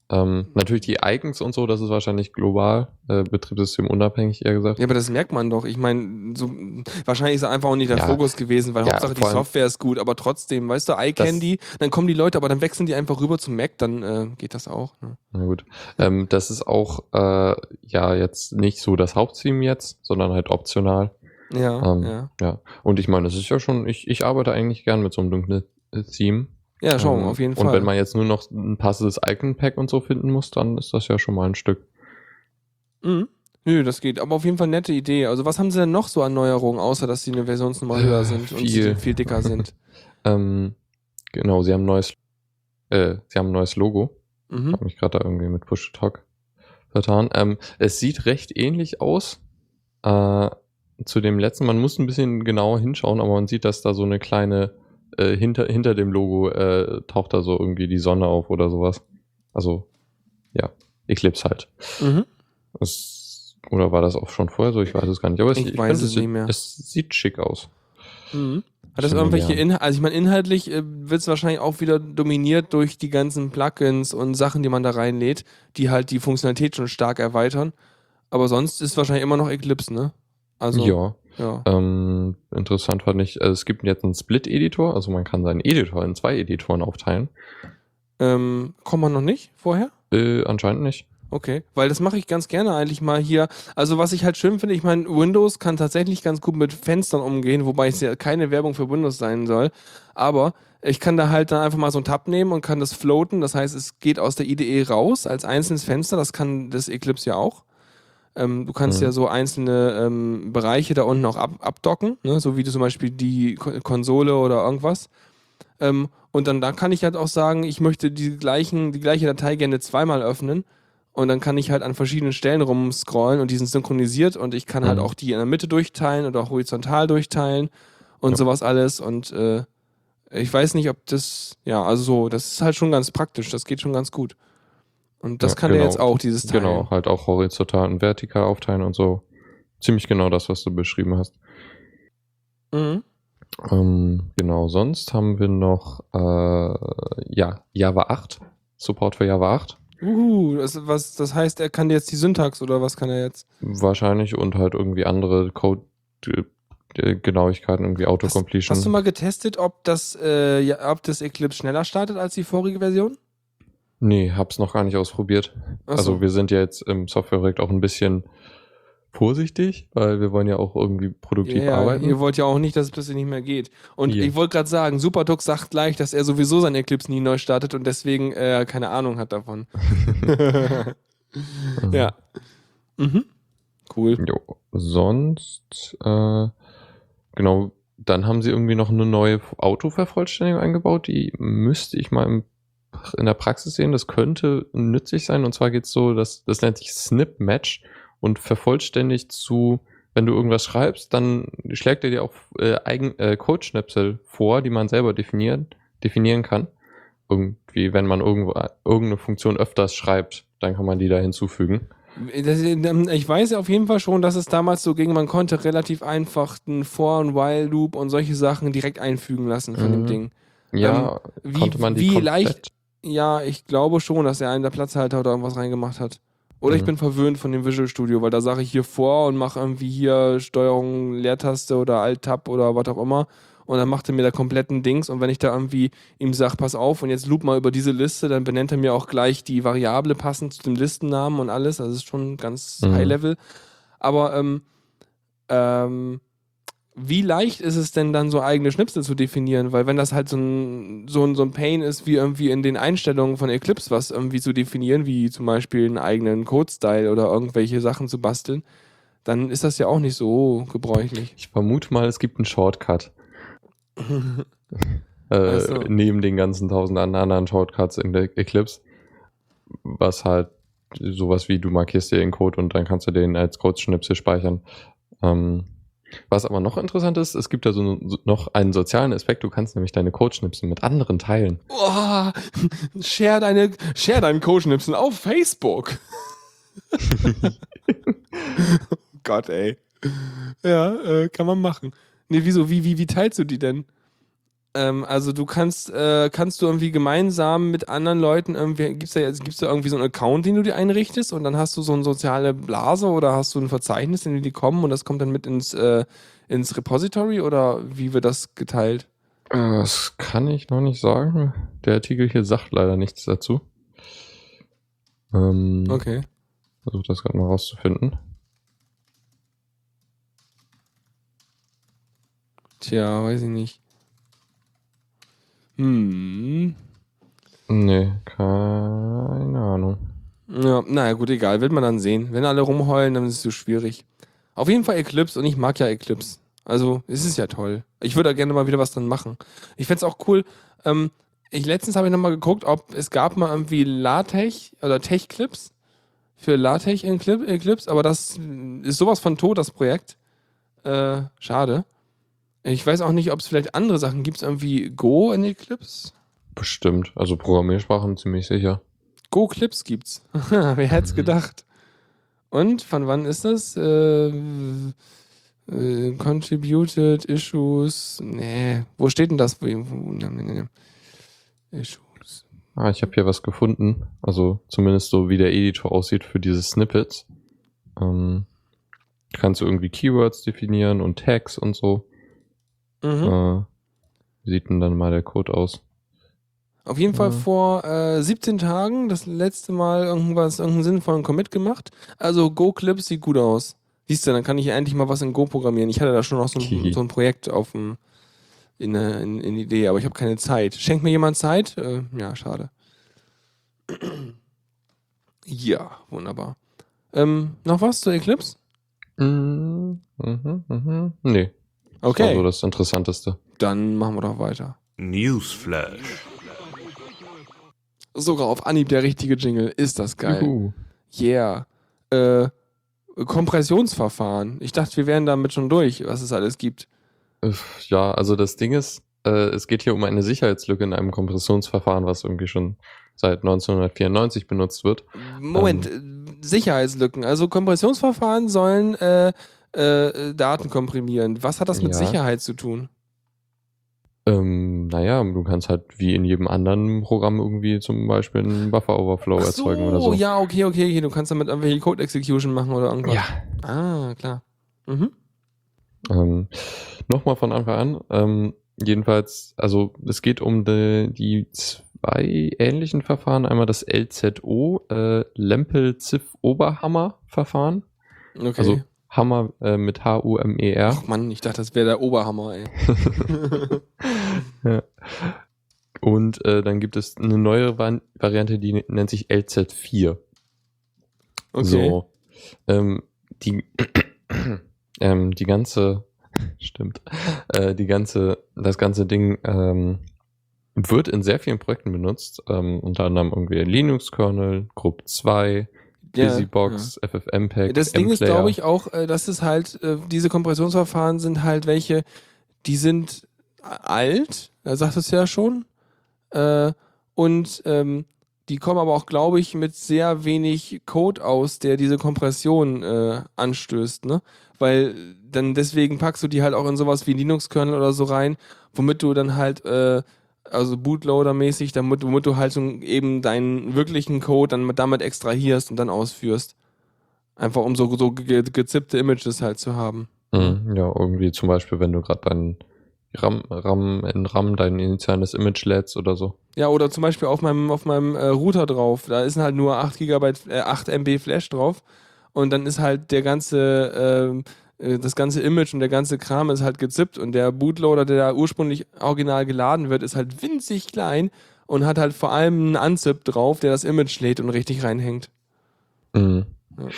Ähm, natürlich die Icons und so, das ist wahrscheinlich global, äh, betriebssystemunabhängig eher gesagt. Ja, aber das merkt man doch. Ich meine, so, wahrscheinlich ist einfach auch nicht der Ja. Fokus gewesen, weil Ja, Hauptsache die vor allem- Software ist gut, aber trotzdem, weißt du, iCandy, dann kommen die Leute, aber dann wechseln die einfach rüber zum Mac, dann äh, geht das auch. Ne? Na gut. Ähm, das ist auch äh, ja jetzt nicht so das Haupttheme jetzt, sondern halt optional. Ja, Ähm, ja. Ja. Und ich meine, das ist ja schon, ich, ich arbeite eigentlich gern mit so einem dunklen äh, Theme. Ja, schon, Ähm, auf jeden und Fall. wenn man jetzt nur noch ein passendes Icon-Pack und so finden muss, dann ist das ja schon mal ein Stück. Mhm. Nö, das geht. Aber auf jeden Fall nette Idee. Also was haben sie denn noch so an Neuerungen, außer dass sie eine Versionsnummer höher sind und sie Viel. viel dicker sind? Ähm, genau, sie haben ein neues, äh, sie haben ein neues Logo. Ich Mhm. habe mich gerade da irgendwie mit Push to Talk vertan. Ähm, es sieht recht ähnlich aus äh, zu dem letzten. Man muss ein bisschen genauer hinschauen, aber man sieht, dass da so eine kleine äh, hinter, hinter dem Logo äh, taucht da so irgendwie die Sonne auf oder sowas. Also, ja, Eclipse halt. Mhm. Es, oder war das auch schon vorher so? Ich weiß es gar nicht. Aber es, Ich ich weiß finde, es sieht, nicht mehr. Es sieht schick aus. Mhm. Hat das Schon irgendwelche gern. Inhalte? Also ich meine, inhaltlich äh, wird es wahrscheinlich auch wieder dominiert durch die ganzen Plugins und Sachen, die man da reinlädt, die halt die Funktionalität schon stark erweitern. Aber sonst ist wahrscheinlich immer noch Eclipse, ne? Also, Ja. ja. Ähm, interessant fand ich, also es gibt jetzt einen Split-Editor, also man kann seinen Editor in zwei Editoren aufteilen. Ähm, kommt man noch nicht vorher? Äh, anscheinend nicht. Okay, weil das mache ich ganz gerne eigentlich mal hier. Also was ich halt schön finde, ich meine, Windows kann tatsächlich ganz gut mit Fenstern umgehen, wobei es ja keine Werbung für Windows sein soll. Aber ich kann da halt dann einfach mal so einen Tab nehmen und kann das floaten. Das heißt, es geht aus der I D E raus als einzelnes Fenster. Das kann das Eclipse ja auch. Ähm, du kannst Mhm. ja so einzelne ähm, Bereiche da unten auch ab abdocken, ne? So wie du zum Beispiel die Ko Konsole oder irgendwas. Ähm, und dann da kann ich halt auch sagen, ich möchte die, gleichen, die gleiche Datei gerne zweimal öffnen. Und dann kann ich halt an verschiedenen Stellen rumscrollen und die sind synchronisiert und ich kann halt Mhm. auch die in der Mitte durchteilen oder auch horizontal durchteilen und Ja. sowas alles. Und äh, ich weiß nicht, ob das, ja, also so, das ist halt schon ganz praktisch, das geht schon ganz gut. Und das Ja, kann genau. der jetzt auch, dieses Teil. Genau, halt auch horizontal und vertikal aufteilen und so. Ziemlich genau das, was du beschrieben hast. Mhm. Ähm, genau, sonst haben wir noch äh, ja, Java acht. Support für Java acht. Uhu, das, was, das heißt, er kann jetzt die Syntax oder was kann er jetzt? Wahrscheinlich und halt irgendwie andere Code-Genauigkeiten, irgendwie Hast, Autocompletion. hast du mal getestet, ob das, äh, ja, ob das Eclipse schneller startet als die vorige Version? Nee, hab's noch gar nicht ausprobiert. Ach so. Also wir sind ja jetzt im Softwareprojekt auch ein bisschen vorsichtig, weil wir wollen ja auch irgendwie produktiv Ja, arbeiten. ihr wollt ja auch nicht, dass es plötzlich nicht mehr geht. Und Ja. ich wollte gerade sagen, Superdux sagt gleich, dass er sowieso sein Eclipse nie neu startet und deswegen äh, keine Ahnung hat davon. Ja. Mhm. Cool. Jo. Sonst, äh, genau, dann haben sie irgendwie noch eine neue Autovervollständigung eingebaut, die müsste ich mal im, in der Praxis sehen. Das könnte nützlich sein. Und zwar geht es so, dass das nennt sich Snip Match und vervollständigt zu, wenn du irgendwas schreibst, dann schlägt er dir auch äh, eigen, äh, Codeschnipsel vor, die man selber definieren, definieren kann. Irgendwie, wenn man irgendwo irgendeine Funktion öfters schreibt, dann kann man die da hinzufügen. Das, ich weiß auf jeden Fall schon, dass es damals so ging, man konnte relativ einfach einen For- und While-Loop und solche Sachen direkt einfügen lassen von Mhm. dem Ding. Ja, Ähm, wie, konnte man die wie komplett... leicht, ja, ich glaube schon, dass er einen der Platzhalter oder irgendwas reingemacht hat. Oder ich Mhm. bin verwöhnt von dem Visual Studio, weil da sage ich hier vor und mache irgendwie hier Steuerung, Leertaste oder Alt-Tab oder was auch immer. Und dann macht er mir da kompletten Dings. Und wenn ich da irgendwie ihm sage, pass auf und jetzt loop mal über diese Liste, dann benennt er mir auch gleich die Variable passend zu dem Listennamen und alles. Also das ist schon ganz Mhm. High-Level. Aber ähm, ähm, wie leicht ist es denn dann so eigene Schnipsel zu definieren? Weil wenn das halt so ein, so ein, so ein Pain ist, wie irgendwie in den Einstellungen von Eclipse was irgendwie zu definieren, wie zum Beispiel einen eigenen Code-Style oder irgendwelche Sachen zu basteln, dann ist das ja auch nicht so gebräuchlich. Ich vermute mal, es gibt einen Shortcut. äh, Ach so. Neben den ganzen tausend anderen Shortcuts in der Eclipse. Was halt sowas wie, du markierst dir den Code und dann kannst du den als Codeschnipsel speichern. Ähm, was aber noch interessant ist, es gibt da so, so noch einen sozialen Aspekt, du kannst nämlich deine Codeschnipsel mit anderen teilen. Oh, share, deine, share deinen Codeschnipsel auf Facebook. Gott, ey. Ja, äh, kann man machen. Nee, wieso? Wie, wie, wie teilst du die denn? Ähm, also du kannst, äh, kannst du irgendwie gemeinsam mit anderen Leuten irgendwie, gibt's da jetzt, gibt's da irgendwie so einen Account, den du dir einrichtest und dann hast du so eine soziale Blase oder hast du ein Verzeichnis, in dem die kommen und das kommt dann mit ins, äh, ins Repository oder wie wird das geteilt? Äh, Das kann ich noch nicht sagen. Der Artikel hier sagt leider nichts dazu. Ähm, Okay. Versuche das gerade mal rauszufinden. Tja, weiß ich nicht. Hm. Nee, keine Ahnung. Ja, naja, gut, egal. Wird man dann sehen. Wenn alle rumheulen, dann ist es so schwierig. Auf jeden Fall Eclipse und ich mag ja Eclipse. Also, es ist ja toll. Ich würde da gerne mal wieder was dran machen. Ich fände es auch cool. Ähm, ich, letztens habe ich nochmal geguckt, ob es gab mal irgendwie LaTeX oder Tech-Clips für LaTeX in Clip- Eclipse, aber das ist sowas von tot, das Projekt. Äh, schade. Ich weiß auch nicht, ob es vielleicht andere Sachen gibt. Irgendwie Go in Eclipse? Bestimmt. Also Programmiersprachen ziemlich sicher. Go-Clips gibt's. Wer hätte es Mhm. gedacht? Und von wann ist das? Äh, äh, contributed Issues. Nee, wo steht denn das? Wo, wo, nee, nee, nee. Issues. Ah, ich habe hier was gefunden. Also zumindest so, wie der Editor aussieht für diese Snippets. Ähm, kannst du irgendwie Keywords definieren und Tags und so. Mhm. Äh, wie sieht denn dann mal der Code aus? Auf jeden Fall Ja. vor äh, siebzehn Tagen das letzte Mal irgendwas, irgendeinen sinnvollen Commit gemacht. Also Go-Clips sieht gut aus. Siehst du, dann kann ich endlich mal was in Go programmieren. Ich hatte da schon noch so ein, Kihi. so ein Projekt auf dem, in, der- in, in Idee, aber ich habe keine Zeit. Schenkt mir jemand Zeit? Äh, ja, schade. Ja, wunderbar. Ähm, noch was zu Eclipse? Mhm, mhm, mhm. Nee, das war Okay, so das Interessanteste. dann machen wir doch weiter. Newsflash. Sogar auf Anhieb der richtige Jingle. Ist das geil. Juhu. Yeah. Äh, Kompressionsverfahren. Ich dachte, wir wären damit schon durch, was es alles gibt. Äh, Ja, also das Ding ist, äh, es geht hier um eine Sicherheitslücke in einem Kompressionsverfahren, was irgendwie schon seit neunzehnhundertvierundneunzig benutzt wird. Moment, äh, Sicherheitslücken. Also Kompressionsverfahren sollen äh, äh, Daten komprimieren. Was hat das mit Ja. Sicherheit zu tun? Ähm, naja, du kannst halt wie in jedem anderen Programm irgendwie zum Beispiel einen Buffer-Overflow Ach erzeugen oder so. ja, okay, okay, okay. Du kannst damit irgendwelche Code-Execution machen oder irgendwas. Ja. Ah, klar. Mhm. Ähm, Nochmal von Anfang an. Ähm, jedenfalls, also es geht um die, die zwei ähnlichen Verfahren. Einmal das L Z O, äh, Lempel-Ziff-Oberhammer-Verfahren. Okay. Also Hammer äh, mit H U M E R. Ach Mann, ich dachte, das wäre der Oberhammer, ey. Ja. Und äh, dann gibt es eine neue Vari- Variante, die nennt sich L Z vier. Okay. So. Ähm, die, ähm, die ganze, stimmt, äh, die ganze, das ganze Ding ähm, wird in sehr vielen Projekten benutzt, ähm, unter anderem irgendwie Linux-Kernel, Group zwei, Ja, Busybox, F F M Pack, Das Ding ist, M-Player. glaube ich, auch, äh, dass es halt, äh, diese Kompressionsverfahren sind halt welche, die sind alt, da sagt es ja schon, äh, und ähm, die kommen aber auch, glaube ich, mit sehr wenig Code aus, der diese Kompression äh, anstößt, ne? Weil dann deswegen packst du die halt auch in sowas wie Linux-Kernel oder so rein, womit du dann halt, äh, also Bootloader-mäßig, damit, womit du halt so eben deinen wirklichen Code dann mit, damit extrahierst und dann ausführst. Einfach um so, so ge gezippte Images halt zu haben. Mhm, ja, irgendwie zum Beispiel, wenn du gerade dein RAM, RAM, in RAM dein initiales Image lädst oder so. Ja, oder zum Beispiel auf meinem, auf meinem äh, Router drauf. Da ist halt nur acht Gigabyte, äh, acht Megabyte Flash drauf. Und dann ist halt der ganze, ähm, äh, das ganze Image und der ganze Kram ist halt gezippt. Und der Bootloader, der da ursprünglich original geladen wird, ist halt winzig klein und hat halt vor allem einen Unzip drauf, der das Image lädt und richtig reinhängt. Mhm. Ja.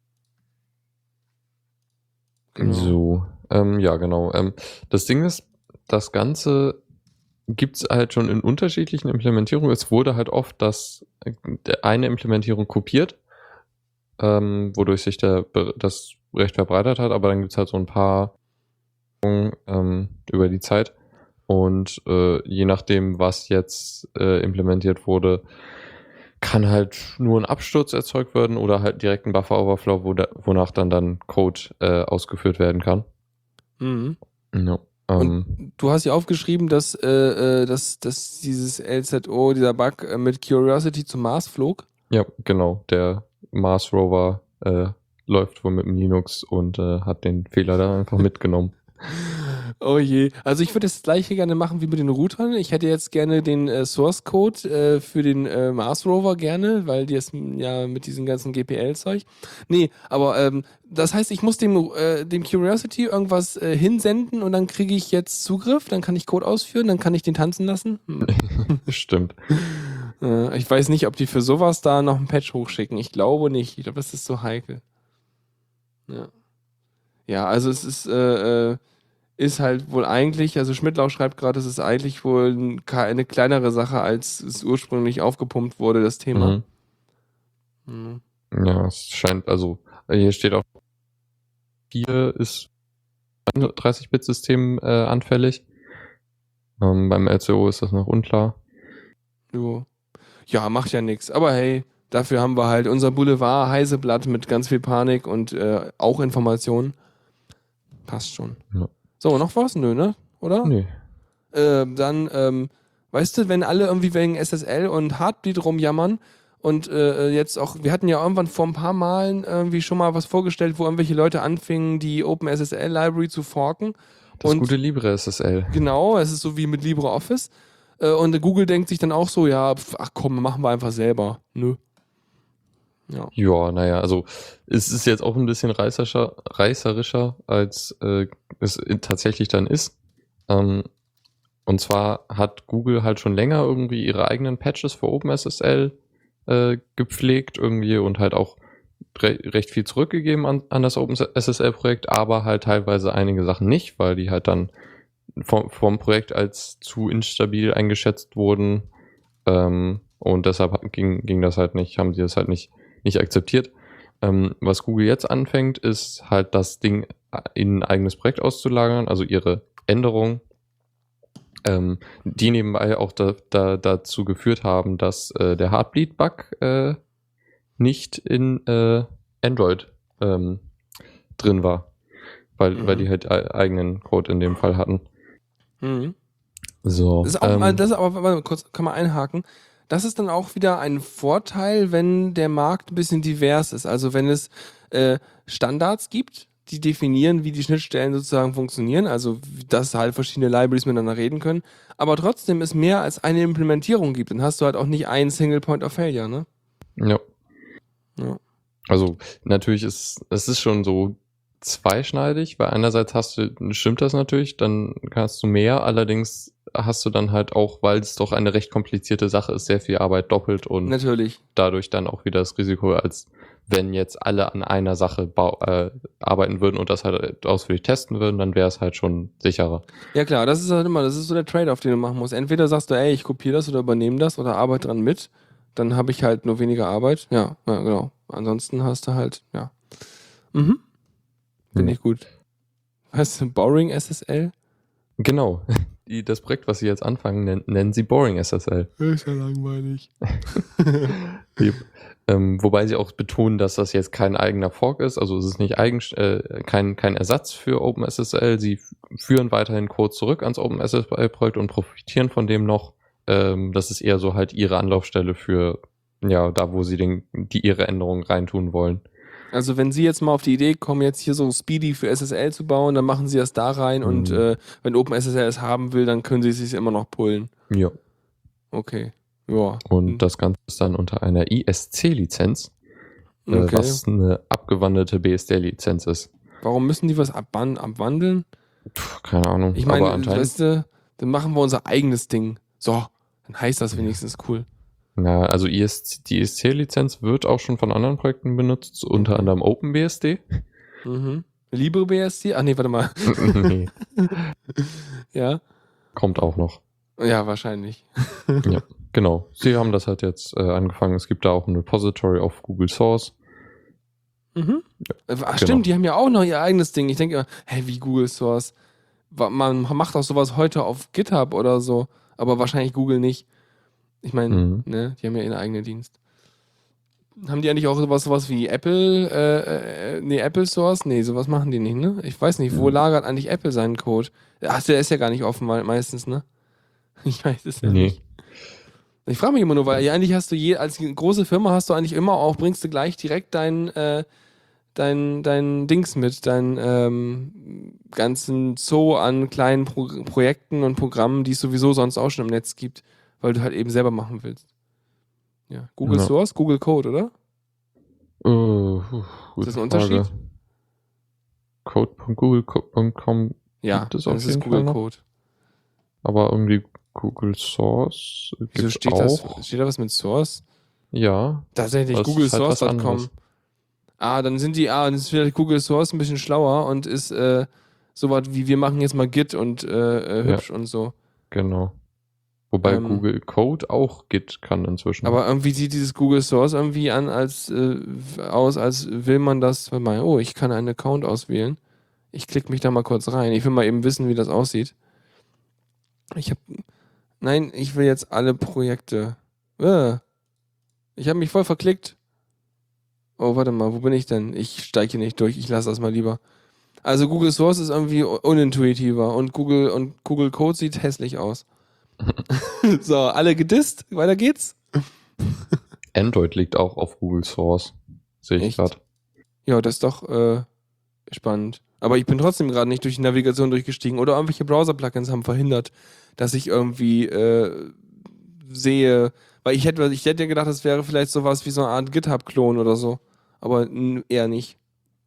Genau. So, ähm, ja, genau. Ähm, das Ding ist, das Ganze gibt es halt schon in unterschiedlichen Implementierungen. Es wurde halt oft das, eine Implementierung kopiert, ähm, wodurch sich der, das recht verbreitet hat, aber dann gibt es halt so ein paar ähm, über die Zeit. Und äh, je nachdem, was jetzt äh, implementiert wurde, kann halt nur ein Absturz erzeugt werden oder halt direkt ein Buffer-Overflow, wo da, wonach dann dann Code äh, ausgeführt werden kann. Mhm. Ja. Ähm, Und du hast ja aufgeschrieben, dass, äh, äh, dass, dass dieses L Z O, dieser Bug äh, mit Curiosity zum Mars flog. ja, genau. Der Mars Rover äh, läuft wohl mit dem Linux und äh, hat den Fehler da einfach mitgenommen. Oh je. Also ich würde das gleiche gerne machen wie mit den Routern. Ich hätte jetzt gerne den äh, Source Code äh, für den äh, Mars Rover gerne, weil die ist m, ja mit diesem ganzen G P L-Zeug. Nee, aber ähm, das heißt, ich muss dem, äh, dem Curiosity irgendwas äh, hinsenden und dann kriege ich jetzt Zugriff, dann kann ich Code ausführen, dann kann ich den tanzen lassen. Hm. Stimmt. Äh, ich weiß nicht, ob die für sowas da noch einen Patch hochschicken. Ich glaube nicht. Ich glaube, das ist so heikel. Ja. Ja, also es ist, äh, äh, ist halt wohl eigentlich, also Schmidtlau schreibt gerade, es ist eigentlich wohl ein, eine kleinere Sache, als es ursprünglich aufgepumpt wurde, das Thema. Mhm. Mhm. Ja, es scheint, also hier steht auch, hier ist dreißig-Bit-System äh, anfällig. Ähm, beim L C O ist das noch unklar. Jo. Ja, macht ja nichts. Aber hey, dafür haben wir halt unser Boulevard Heiseblatt mit ganz viel Panik und äh, auch Informationen. Passt schon. Ja. So, noch was? Nö, ne? Oder? Nee. Äh, dann, ähm, weißt du, wenn alle irgendwie wegen S S L und Heartbleed rumjammern und äh, jetzt auch, wir hatten ja irgendwann vor ein paar Malen irgendwie schon mal was vorgestellt, wo irgendwelche Leute anfingen, die OpenSSL-Library zu forken. Das und gute LibreSSL. Genau, es ist so wie mit LibreOffice. Äh, und Google denkt sich dann auch so, ja, pf, ach komm, machen wir einfach selber. Nö. Ja. Ja, naja, also es ist jetzt auch ein bisschen reißerischer, reißerischer als äh, es tatsächlich dann ist. Ähm, und zwar hat Google halt schon länger irgendwie ihre eigenen Patches für OpenSSL äh, gepflegt irgendwie und halt auch re recht viel zurückgegeben an, an das OpenSSL-Projekt, aber halt teilweise einige Sachen nicht, weil die halt dann vom, vom Projekt als zu instabil eingeschätzt wurden. Ähm, und deshalb ging, ging das halt nicht, haben die das halt nicht nicht akzeptiert. Ähm, was Google jetzt anfängt, ist halt das Ding in ein eigenes Projekt auszulagern, also ihre Änderungen, ähm, die nebenbei auch da, da, dazu geführt haben, dass äh, der Heartbleed-Bug äh, nicht in äh, Android ähm, drin war, weil, Mhm. weil die halt e- eigenen Code in dem Fall hatten. Mhm. So, Das ist auch ähm, mal, das ist aber, warte mal kurz, kann man einhaken. Das ist dann auch wieder ein Vorteil, wenn der Markt ein bisschen divers ist. Also wenn es äh, Standards gibt, die definieren, wie die Schnittstellen sozusagen funktionieren, also dass halt verschiedene Libraries miteinander reden können, aber trotzdem es mehr als eine Implementierung gibt, dann hast du halt auch nicht einen Single Point of Failure, ne? ja. Ja. Also natürlich ist es ist schon so zweischneidig, weil einerseits hast du, stimmt das natürlich, dann kannst du mehr, allerdings hast du dann halt auch, weil es doch eine recht komplizierte Sache ist, sehr viel Arbeit doppelt und Natürlich. dadurch dann auch wieder das Risiko, als wenn jetzt alle an einer Sache bau, äh, arbeiten würden und das halt ausführlich testen würden, dann wäre es halt schon sicherer. Ja klar, das ist halt immer, das ist so der Trade-off, den du machen musst. Entweder sagst du, ey, ich kopiere das oder übernehme das oder arbeite dran mit, dann habe ich halt nur weniger Arbeit. Ja, ja, genau. Ansonsten hast du halt, ja. Mhm. Finde Hm. ich gut. Weißt du, Boring S S L? Genau. Die, das Projekt, was sie jetzt anfangen, nennen, nennen sie Boring S S L. Ist ja langweilig. Yep. Ähm, wobei sie auch betonen, dass das jetzt kein eigener Fork ist, also es ist nicht eigen, äh, kein, kein Ersatz für OpenSSL. Sie f- führen weiterhin Code zurück ans OpenSSL-Projekt und profitieren von dem noch. Ähm, das ist eher so halt ihre Anlaufstelle für, ja, da wo sie den, die ihre Änderungen reintun wollen. Also wenn sie jetzt mal auf die Idee kommen, jetzt hier so Speedy für S S L zu bauen, dann machen sie das da rein Mhm. und äh, wenn OpenSSL es haben will, dann können sie es sich immer noch pullen. Ja. Okay. Ja. Und das Ganze ist dann unter einer I S C-Lizenz, äh, Okay. was eine abgewandelte B S D-Lizenz ist. Warum müssen die was abwan- abwandeln? Puh, keine Ahnung, Ich meine, aber anscheinend. weißt du, dann machen wir unser eigenes Ding. So, dann heißt das wenigstens cool. Ja, also I S C, die I S C-Lizenz wird auch schon von anderen Projekten benutzt, unter Mhm. anderem OpenBSD. Mhm. LibreBSD? Ach nee, warte mal. Nee, Ja. kommt auch noch. Ja, wahrscheinlich. Ja, genau. Sie haben das halt jetzt äh, angefangen. Es gibt da auch ein Repository auf Google Source. Mhm. Ach, genau. stimmt, die haben ja auch noch ihr eigenes Ding. Ich denke immer, hä, wie Google Source? Wa- Man macht auch sowas heute auf GitHub oder so, aber wahrscheinlich Google nicht. Ich meine, Mhm. ne, die haben ja ihren eigenen Dienst. Haben die eigentlich auch sowas, sowas wie Apple, äh, äh, nee, Apple Source? Nee, sowas machen die nicht, ne? Ich weiß nicht, wo Mhm. lagert eigentlich Apple seinen Code? Ach, der ist ja gar nicht offen me- meistens, ne? Ich weiß es ja Nee. nicht. Ich frage mich immer nur, weil ja, eigentlich hast du je, als große Firma hast du eigentlich immer auch, bringst du gleich direkt dein, äh, dein, dein Dings mit, deinen ähm, ganzen Zoo an kleinen Pro Projekten und Programmen, die es sowieso sonst auch schon im Netz gibt, weil du halt eben selber machen willst. Ja. Google Ja. Source, Google Code, oder? Äh, puh, Ist gute das ein Frage. Unterschied? code punkt google punkt com Ja, gibt es dann auf ist es jeden Google Fall noch. Code. Aber irgendwie Google Source Wieso gibt steht auch. das? Steht da was mit Source? Ja, Tatsächlich, das google ist halt source was punkt com. anderes. Ah, dann sind die, ah, dann ist vielleicht Google Source ein bisschen schlauer und ist äh, sowas wie, wir machen jetzt mal Git und äh, äh, Ja. hübsch und so. Genau. Wobei Ähm, Google Code auch Git kann inzwischen. Aber irgendwie sieht dieses Google Source irgendwie an, als äh, aus, als will man das, warte mal, oh, ich kann einen Account auswählen. Ich klicke mich da mal kurz rein. Ich will mal eben wissen, wie das aussieht. Ich habe, nein, ich will jetzt alle Projekte. Äh, ich habe mich voll verklickt. Oh, warte mal, wo bin ich denn? Ich steige hier nicht durch. Ich lasse das mal lieber. Also Google Source ist irgendwie unintuitiver und Google und Google Code sieht hässlich aus. So, alle gedisst. Weiter geht's. Android liegt auch auf Google Source. Sehe ich Echt? gerade. Ja, das ist doch äh, spannend. Aber ich bin trotzdem gerade nicht durch die Navigation durchgestiegen oder irgendwelche Browser-Plugins haben verhindert, dass ich irgendwie äh, sehe, weil ich hätte, ich hätte ja gedacht, das wäre vielleicht sowas wie so eine Art GitHub-Klon oder so. Aber n- eher nicht.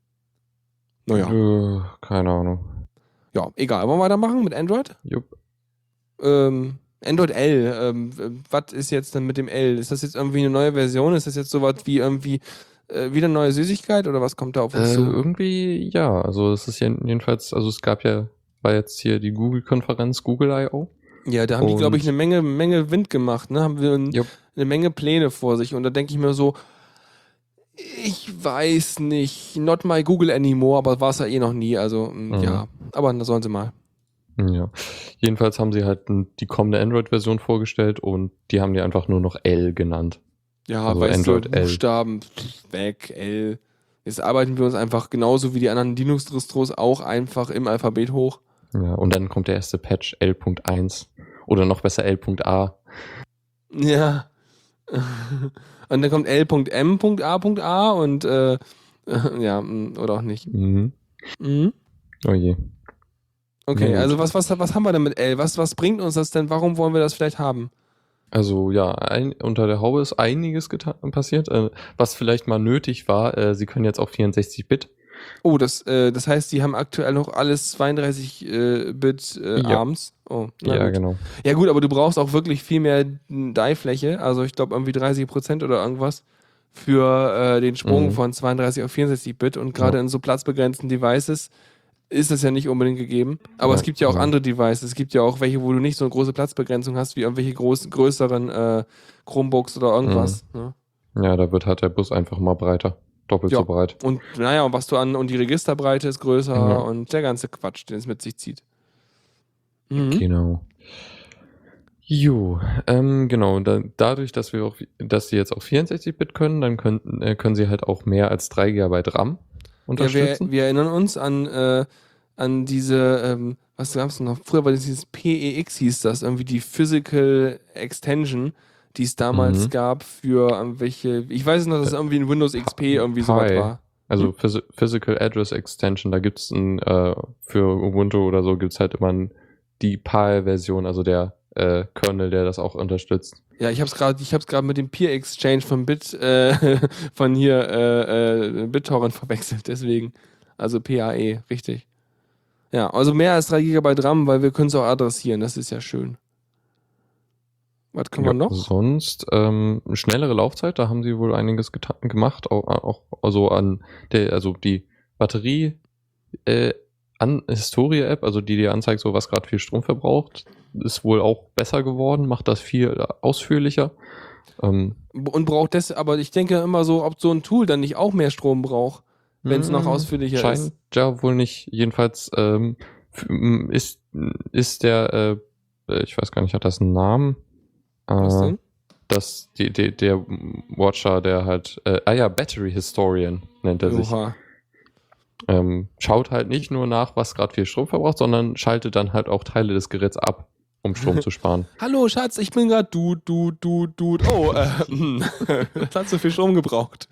Naja. Äh, keine Ahnung. Ja, egal. Wollen wir weitermachen mit Android? Jupp. Ähm, Android L. Ähm, was ist jetzt denn mit dem L? Ist das jetzt irgendwie eine neue Version? Ist das jetzt sowas wie irgendwie äh, wieder eine neue Süßigkeit oder was kommt da auf uns Äh, zu? irgendwie, ja. Also es ist ja jedenfalls, also es gab ja, war jetzt hier die Google-Konferenz, Google I O. Ja, da haben die, glaube ich, Und- eine Menge, Menge Wind gemacht, ne? Haben wir ein, Jupp. eine Menge Pläne vor sich. Und da denke ich mir so, ich weiß nicht, not my Google anymore, aber war es ja eh noch nie. Also, mh, Mhm. ja. Aber da sollen sie mal. Ja. Jedenfalls haben sie halt n- die kommende Android-Version vorgestellt und die haben die einfach nur noch L genannt. Ja, Also weißt Android du, L. Buchstaben, pff, weg, L. Jetzt arbeiten wir uns einfach genauso wie die anderen Linux-Distros auch einfach im Alphabet hoch. Ja, und dann kommt der erste Patch L Punkt eins. Oder noch besser L Punkt A. Ja. Und dann kommt L Punkt M Punkt A Punkt A und äh, ja, mh, oder auch nicht. Mhm. Mhm. Oh je. Okay, Na gut. also was, was, was haben wir denn mit L? Was, was bringt uns das denn? Warum wollen wir das vielleicht haben? Also ja, ein, unter der Haube ist einiges geta- passiert, äh, was vielleicht mal nötig war. Äh, sie können jetzt auch vierundsechzig Bit. Oh, das, äh, das heißt, die haben aktuell noch alles zweiunddreißig Bit äh, Ja. ARMs. Oh, na Ja, gut. genau. Ja gut, aber du brauchst auch wirklich viel mehr Die-Fläche, also ich glaube irgendwie dreißig Prozent oder irgendwas für äh, den Sprung Mhm. von zweiunddreißig auf vierundsechzig Bit und gerade Ja. in so platzbegrenzten Devices ist das ja nicht unbedingt gegeben. Aber Ja, es gibt ja auch genau. andere Devices. Es gibt ja auch welche, wo du nicht so eine große Platzbegrenzung hast, wie irgendwelche groß, größeren äh, Chromebooks oder irgendwas. Ne? Ja, da wird halt der Bus einfach mal breiter. Doppelt Ja. so breit. Und naja, und was du an, und die Registerbreite ist größer Ja. und der ganze Quatsch, den es mit sich zieht. Mhm. Genau. Jo, ähm, genau. Da, dadurch, dass wir auch, dass sie jetzt auch vierundsechzig Bit können, dann können, äh, können sie halt auch mehr als drei Gigabyte RAM Ja, wir, unterstützen. wir erinnern uns an, äh, an diese, ähm, was gab es noch? Früher war das dieses P E X, hieß das, irgendwie die Physical Extension, die es damals Mhm. gab für irgendwelche, ich weiß noch, dass es irgendwie in Windows X P irgendwie so was Pi. war. Also Hm? Phys Physical Address Extension, da gibt's ein, äh, für Ubuntu oder so gibt's halt immer ein, die P I L-Version, also der äh, Kernel, der das auch unterstützt. Ja, ich hab's gerade, ich hab's gerade mit dem Peer Exchange von Bit, äh, von hier, äh, äh, BitTorrent verwechselt, deswegen. Also P A E, richtig. Ja, also mehr als drei Gigabyte RAM, weil wir können es auch adressieren, das ist ja schön. Was können wir Ja, noch? sonst ähm, schnellere Laufzeit, da haben sie wohl einiges geta- gemacht, auch, auch also an der, also die Batterie äh, an Historie-App, also die dir anzeigt, so was gerade viel Strom verbraucht, ist wohl auch besser geworden, macht das viel ausführlicher. Ähm, Und braucht das, aber ich denke immer so, ob so ein Tool dann nicht auch mehr Strom braucht, wenn es noch mh, ausführlicher scheint ist. ja wohl nicht. Jedenfalls ähm, f- m- ist, ist der, äh, ich weiß gar nicht, hat das einen Namen? Was Äh, denn? dass die, die, der Watcher, der halt, äh, ah ja, Battery Historian nennt er sich. Oha. Ähm, schaut halt nicht nur nach, was gerade viel Strom verbraucht, sondern schaltet dann halt auch Teile des Geräts ab, um Strom zu sparen. Hallo Schatz, ich bin gerade du, du, du, du. Oh, äh, hm. das hat so viel Strom gebraucht.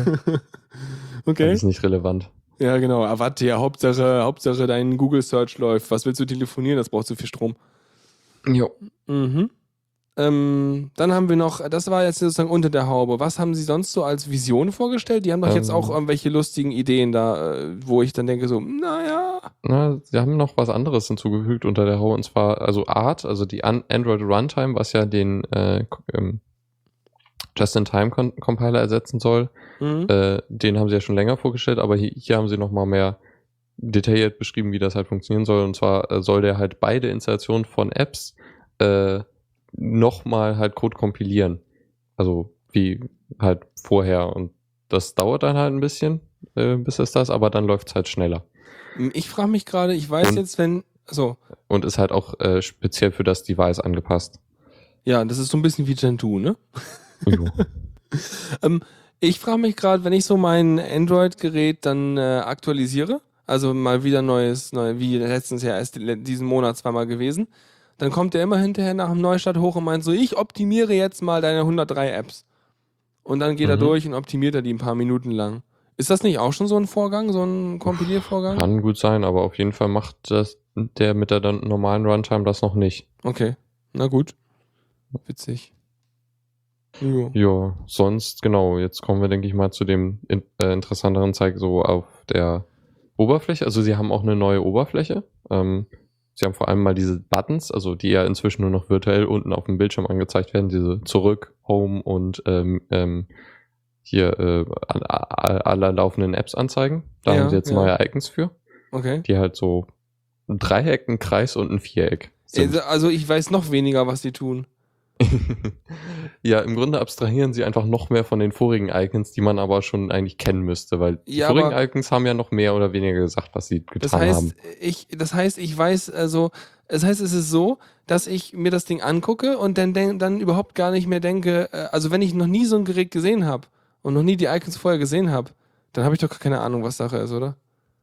Okay. Das ist nicht relevant. Ja, genau. Aber warte, ja, Hauptsache, Hauptsache dein Google Search läuft. Was willst du telefonieren? Das braucht so viel Strom. Jo. Mhm. Ähm, dann haben wir noch, das war jetzt sozusagen unter der Haube. Was haben Sie sonst so als Vision vorgestellt? Die haben doch jetzt Ähm. auch irgendwelche lustigen Ideen da, äh, wo ich dann denke so, naja. Na, sie haben noch was anderes hinzugefügt unter der Haube, und zwar, also Art, also die An- Android Runtime, was ja den äh, ähm, Just-in-Time-Compiler ersetzen soll. Mhm. Äh, den haben sie ja schon länger vorgestellt, aber hier, hier haben sie nochmal mehr detailliert beschrieben, wie das halt funktionieren soll. Und zwar äh, soll der halt beide Installationen von Apps äh, nochmal halt Code kompilieren. Also wie halt vorher. Und das dauert dann halt ein bisschen, äh, bis es das, aber dann läuft es halt schneller. Ich frage mich gerade, ich weiß Und- jetzt, wenn, so, Und ist halt auch äh, speziell für das Device angepasst. ja, das ist so ein bisschen wie Gentoo, ne? Jo. Ähm, ich frage mich gerade, wenn ich so mein Android-Gerät dann äh, aktualisiere, also mal wieder neues, neu, wie letztens ja erst le- diesen Monat zweimal gewesen, dann kommt der immer hinterher nach dem Neustart hoch und meint so, ich optimiere jetzt mal deine hundertdrei Apps. Und dann geht er Mhm. durch und optimiert er die ein paar Minuten lang. Ist das nicht auch schon so ein Vorgang, so ein Kompiliervorgang? Kann gut sein, aber auf jeden Fall macht das der mit der dann normalen Runtime das noch nicht. Okay, na gut. Witzig. Jo. Ja, sonst, genau, jetzt kommen wir, denke ich mal, zu dem in, äh, interessanteren Zeig so auf der Oberfläche. Also sie haben auch eine neue Oberfläche. Ähm, sie haben vor allem mal diese Buttons, also die ja inzwischen nur noch virtuell unten auf dem Bildschirm angezeigt werden, diese Zurück, Home und ähm, ähm, hier äh, alle, alle laufenden Apps anzeigen. Da Ja, haben sie jetzt ja. neue Icons für, Okay. die halt so ein Dreieck, ein Kreis und ein Viereck sind. Also also ich weiß noch weniger, was die tun. Ja, im Grunde abstrahieren sie einfach noch mehr von den vorigen Icons, die man aber schon eigentlich kennen müsste, weil die Ja, vorigen aber- Icons haben ja noch mehr oder weniger gesagt, was sie getan Das heißt, haben. ich, das heißt, ich weiß, also, das heißt, es ist so, dass ich mir das Ding angucke und dann, denk, dann überhaupt gar nicht mehr denke, äh, also wenn ich noch nie so ein Gerät gesehen habe und noch nie die Icons vorher gesehen habe, dann habe ich doch gar keine Ahnung, was Sache ist, oder?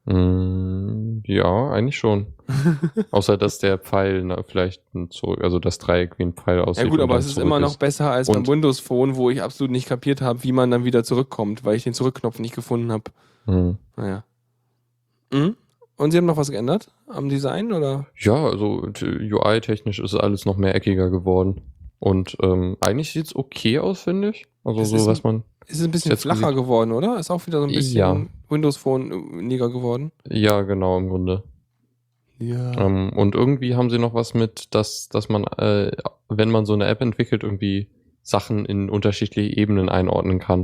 Mm, ja, eigentlich schon. Außer, dass der Pfeil na, vielleicht ein zurück, also das Dreieck wie ein Pfeil aussieht. Ja gut, und aber dann es ist zurück immer noch besser als beim Und- Windows Phone, wo ich absolut nicht kapiert habe, wie man dann wieder zurückkommt, weil ich den Zurückknopf nicht gefunden habe. Hm. Naja. Mhm. Und Sie haben noch was geändert am Design, oder? Ja, also t- U I-technisch ist alles noch mehr eckiger geworden. Und ähm, eigentlich sieht's okay aus, finde ich. Also Es so, ist was man. Ist es ein bisschen Jetzt flacher sieht- geworden, oder? Ist auch wieder so ein bisschen Ja. Windows Phone-niger geworden. Ja, genau, im Grunde. Ja. Ähm, und irgendwie haben sie noch was mit, dass, dass man, äh, wenn man so eine App entwickelt, irgendwie Sachen in unterschiedliche Ebenen einordnen kann.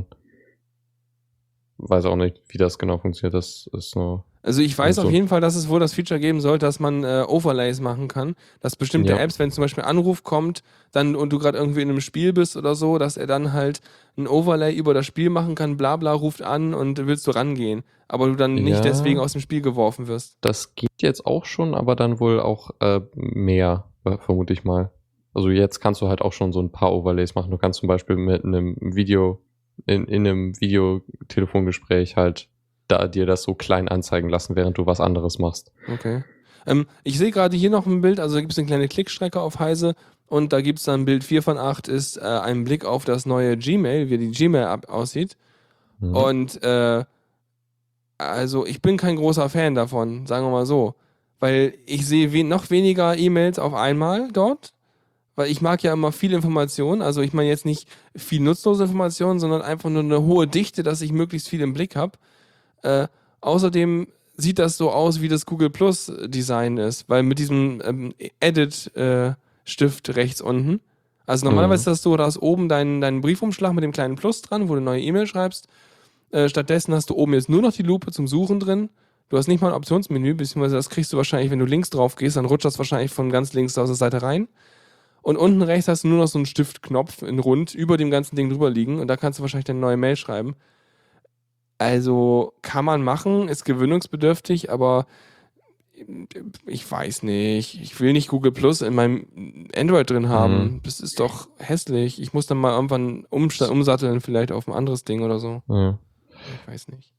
Weiß auch nicht, wie das genau funktioniert. Das ist nur. Also ich weiß und auf so. jeden Fall, dass es wohl das Feature geben soll, dass man äh, Overlays machen kann, dass bestimmte Ja. Apps, wenn zum Beispiel ein Anruf kommt, dann und du gerade irgendwie in einem Spiel bist oder so, dass er dann halt ein Overlay über das Spiel machen kann, bla bla, ruft an und willst du rangehen. Aber du dann nicht Ja. deswegen aus dem Spiel geworfen wirst. Das geht jetzt auch schon, aber dann wohl auch äh, mehr, äh, vermute ich mal. Also jetzt kannst du halt auch schon so ein paar Overlays machen. Du kannst zum Beispiel mit einem Video, in, in einem Videotelefongespräch halt da dir das so klein anzeigen lassen, während du was anderes machst. Okay. Ähm, ich sehe gerade hier noch ein Bild, also da gibt es eine kleine Klickstrecke auf Heise und da gibt es dann Bild vier von acht, ist äh, ein Blick auf das neue Gmail, wie die Gmail-App aussieht. Mhm. Und äh, also ich bin kein großer Fan davon, sagen wir mal so. Weil ich sehe we noch weniger E-Mails auf einmal dort. Weil ich mag ja immer viel Information. Also ich meine jetzt nicht viel nutzlose Informationen, sondern einfach nur eine hohe Dichte, dass ich möglichst viel im Blick habe. Äh, außerdem sieht das so aus, wie das Google Plus Design ist. Weil mit diesem ähm, Edit-Stift rechts unten. Also normalerweise ist das so, da ist oben dein, dein Briefumschlag mit dem kleinen Plus dran, wo du eine neue E-Mail schreibst. Äh, stattdessen hast du oben jetzt nur noch die Lupe zum Suchen drin. Du hast nicht mal ein Optionsmenü, beziehungsweise das kriegst du wahrscheinlich, wenn du links drauf gehst, dann rutscht das wahrscheinlich von ganz links aus der Seite rein. Und unten rechts hast du nur noch so einen Stiftknopf in rund über dem ganzen Ding drüber liegen und da kannst du wahrscheinlich deine neue Mail schreiben. Also kann man machen, ist gewöhnungsbedürftig, aber ich weiß nicht. Ich will nicht Google Plus in meinem Android drin haben. Mhm. Das ist doch hässlich. Ich muss dann mal irgendwann umsta- umsatteln, vielleicht auf ein anderes Ding oder so. Ja. Ich weiß nicht.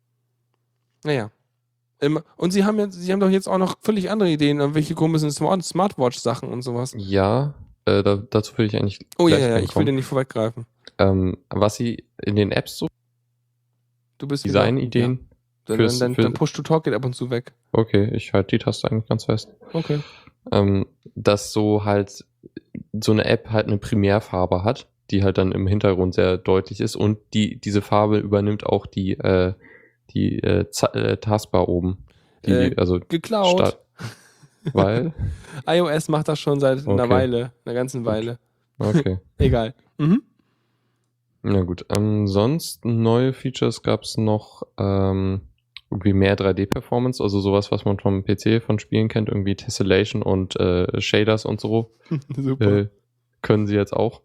Naja. Ähm, Und sie haben jetzt, sie haben doch jetzt auch noch völlig andere Ideen, irgendwelche komischen Smart Smartwatch-Sachen und sowas. Ja, äh, da, dazu will ich eigentlich Oh ja, gleich ja, ja, ich will reinkommen. dir nicht vorweggreifen. Ähm, was sie in den Apps so Du bist Designideen Ja. Dann, fürs, dann, für, dann Push-to-Talk geht ab und zu weg. okay, ich halte die Taste eigentlich ganz fest. Okay. Ähm, dass so halt so eine App halt eine Primärfarbe hat, die halt dann im Hintergrund sehr deutlich ist und die diese Farbe übernimmt auch die äh, die äh, Z- äh, Taskbar oben. Die, Äh, also Geklaut. Start, weil iOS macht das schon seit einer Okay. Weile, einer ganzen Weile. okay. Egal. Mhm. Na gut. Ähm, sonst neue Features gab es noch ähm, irgendwie mehr drei D-Performance, also sowas, was man vom P C von Spielen kennt, irgendwie Tessellation und äh, Shaders und so. Super. Äh, können sie jetzt auch.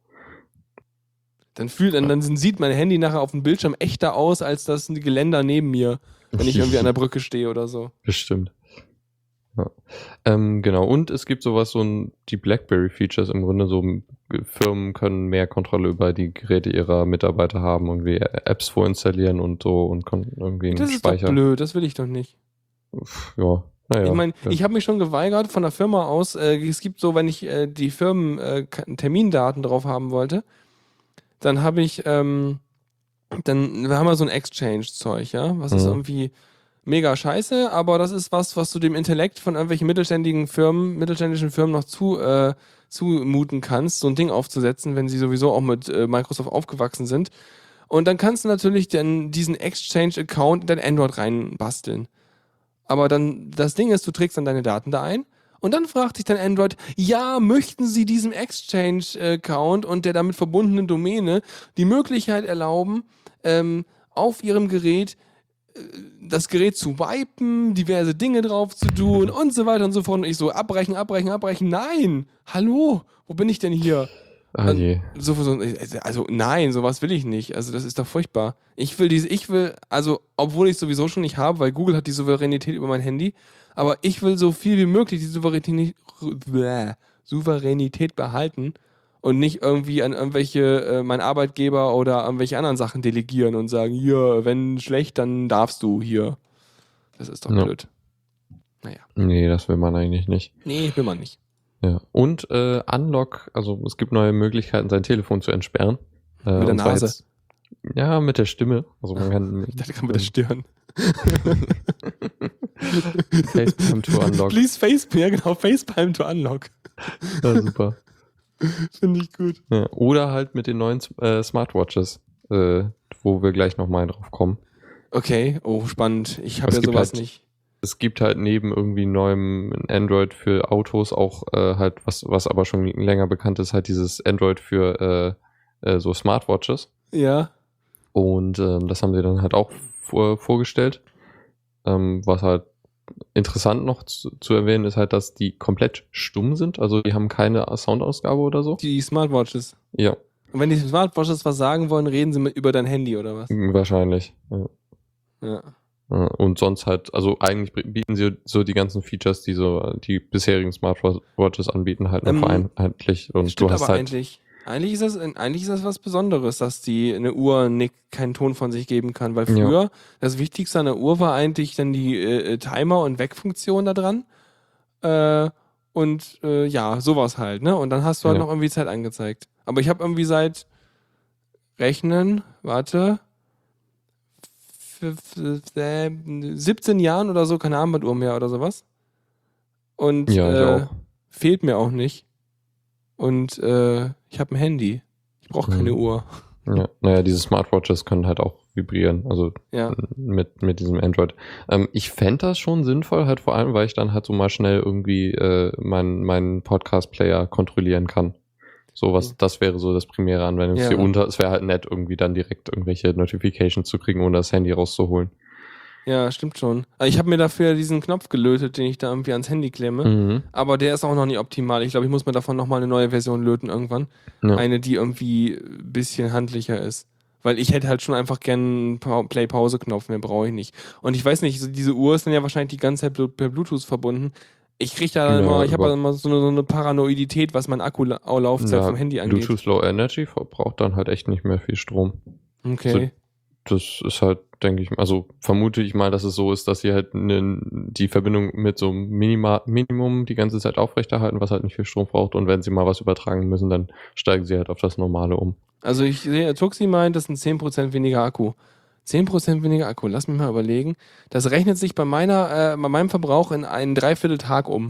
Dann fühlt, dann, dann sieht mein Handy nachher auf dem Bildschirm echter aus, als das Geländer neben mir, wenn ich irgendwie an der Brücke stehe oder so. Bestimmt. Ja. Ähm, genau, und es gibt sowas, so ein, die BlackBerry-Features im Grunde, so m- Firmen können mehr Kontrolle über die Geräte ihrer Mitarbeiter haben, irgendwie Apps vorinstallieren und so und kon- irgendwie einen Das ist doch Speicher. blöd, das will ich doch nicht. Pff, Ja, naja. Ich meine, ja. ich habe mich schon geweigert von der Firma aus. Äh, es gibt so, wenn ich äh, die Firmen äh, Ka- Termindaten drauf haben wollte, dann habe ich, ähm, dann wir haben wir so ein Exchange-Zeug, ja, was ist Mhm. irgendwie mega scheiße, aber das ist was, was du dem Intellekt von irgendwelchen mittelständigen Firmen, mittelständischen Firmen noch zu äh, zumuten kannst, so ein Ding aufzusetzen, wenn sie sowieso auch mit äh, Microsoft aufgewachsen sind. Und dann kannst du natürlich dann diesen Exchange-Account in dein Android reinbasteln. Aber dann, das Ding ist, du trägst dann deine Daten da ein und dann fragt dich dein Android, ja, möchten Sie diesem Exchange-Account und der damit verbundenen Domäne die Möglichkeit erlauben, ähm, auf Ihrem Gerät äh, das Gerät zu wipen, diverse Dinge drauf zu tun und so weiter und so fort. Und ich so, abbrechen, abbrechen, abbrechen. Nein! Hallo? Wo bin ich denn hier? Ah je. So, so, also nein, sowas will ich nicht. Also das ist doch furchtbar. Ich will diese, ich will, also obwohl ich es sowieso schon nicht habe, weil Google hat die Souveränität über mein Handy, aber ich will so viel wie möglich die Souveränität, bläh, Souveränität behalten und nicht irgendwie an irgendwelche, äh, mein Arbeitgeber oder irgendwelche anderen Sachen delegieren und sagen, hier, wenn schlecht, dann darfst du hier. Das ist doch Ja. blöd. Naja. Nee, das will man eigentlich nicht. Nee, will man nicht. Ja. Und äh, Unlock, also es gibt neue Möglichkeiten, sein Telefon zu entsperren. Äh, Mit der und zwar Nase. Jetzt, ja, mit der Stimme. Also man kann Ich dachte, kann mit der Stirn. FaceTime to Unlock. Please FacePalm, ja genau, FacePalm to Unlock. Ja, super. Finde ich gut. Ja. Oder halt mit den neuen äh, Smartwatches, äh, wo wir gleich nochmal drauf kommen. Okay, oh, spannend. Ich habe Es ja gibt sowas halt- nicht. Es gibt halt neben irgendwie neuem Android für Autos auch äh, halt, was, was aber schon länger bekannt ist, halt dieses Android für äh, äh, so Smartwatches. Ja. Und ähm, das haben sie dann halt auch vor, vorgestellt. Ähm, was halt interessant noch zu, zu erwähnen ist halt, dass die komplett stumm sind. Also die haben keine Soundausgabe oder so. Die Smartwatches. Ja, Und wenn die Smartwatches was sagen wollen, reden sie mit über dein Handy oder was? wahrscheinlich. Ja. Ja. Ja, und sonst halt, also eigentlich bieten sie so die ganzen Features, die so die bisherigen Smartwatches anbieten, halt nur Ähm, vereinheitlich. Und Stimmt du hast aber halt. eigentlich. Eigentlich ist, das, eigentlich ist das was Besonderes, dass die eine Uhr nicht, keinen Ton von sich geben kann, weil Ja. früher das Wichtigste an der Uhr war eigentlich dann die äh, Timer- und Weckfunktion da dran. Äh, und äh, ja, sowas halt, ne? Und dann hast du halt Ja. noch irgendwie Zeit angezeigt. Aber ich habe irgendwie seit Rechnen, warte, f- f- äh, siebzehn Jahren oder so keine Armbanduhr mehr oder sowas. Und Ja, ich äh, auch. fehlt mir auch nicht. Und äh, ich habe ein Handy. Ich brauche keine Mhm. Uhr. Ja, naja, diese Smartwatches können halt auch vibrieren, also Ja. mit, mit diesem Android. Ähm, ich fände das schon sinnvoll, halt vor allem, weil ich dann halt so mal schnell irgendwie äh, meinen meinen Podcast-Player kontrollieren kann. So was, Mhm. das wäre so das primäre Anwendungsziel. Ja. Und es wäre halt nett, irgendwie dann direkt irgendwelche Notifications zu kriegen, ohne das Handy rauszuholen. Ja, stimmt schon. Aber ich habe mir dafür diesen Knopf gelötet, den ich da irgendwie ans Handy klemme. Mhm. Aber der ist auch noch nicht optimal. Ich glaube, ich muss mir davon nochmal eine neue Version löten irgendwann. Ja. Eine, die irgendwie ein bisschen handlicher ist. Weil ich hätte halt schon einfach gern einen Pa- Play-Pause-Knopf, mehr brauche ich nicht. Und ich weiß nicht, so diese Uhr ist dann ja wahrscheinlich die ganze Zeit blu- per Bluetooth verbunden. Ich kriege da dann Ja, immer, ich habe über- dann immer so eine, so eine Paranoidität, was mein Akkulaufzeit Ja, vom Handy angeht. Bluetooth Low Energy verbraucht dann halt echt nicht mehr viel Strom. Okay. Das ist halt, denke ich, also vermute ich mal, dass es so ist, dass sie halt ne, die Verbindung mit so einem Minima, Minimum die ganze Zeit aufrechterhalten, was halt nicht viel Strom braucht. Und wenn sie mal was übertragen müssen, dann steigen sie halt auf das Normale um. Also ich sehe, Tuxi meint, das sind zehn Prozent weniger Akku. zehn Prozent weniger Akku, lass mich mal überlegen. Das rechnet sich bei meiner, äh, bei meinem Verbrauch in einen Dreivierteltag um.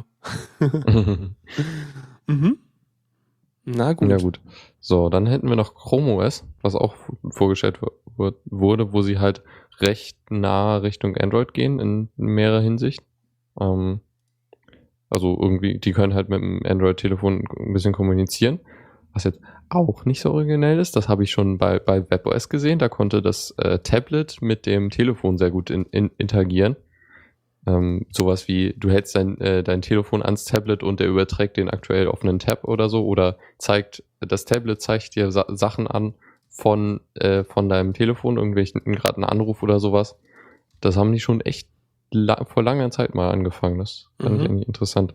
Mhm. Na gut. Ja gut. So, dann hätten wir noch Chrome O S, was auch vorgestellt wu- wurde, wo sie halt recht nah Richtung Android gehen in mehrerer Hinsicht. Ähm, also irgendwie, die können halt mit dem Android-Telefon ein bisschen kommunizieren, was jetzt auch nicht so originell ist. Das habe ich schon bei, bei WebOS gesehen. Da konnte das äh, Tablet mit dem Telefon sehr gut in, in, interagieren. Ähm, sowas wie, du hältst dein, äh, dein Telefon ans Tablet und der überträgt den aktuell offenen Tab oder so, oder zeigt, das Tablet zeigt dir Sa- Sachen an von, äh, von deinem Telefon, irgendwelchen, gerade einen Anruf oder sowas. Das haben die schon echt la- vor langer Zeit mal angefangen. Das fand Mhm. ich eigentlich interessant.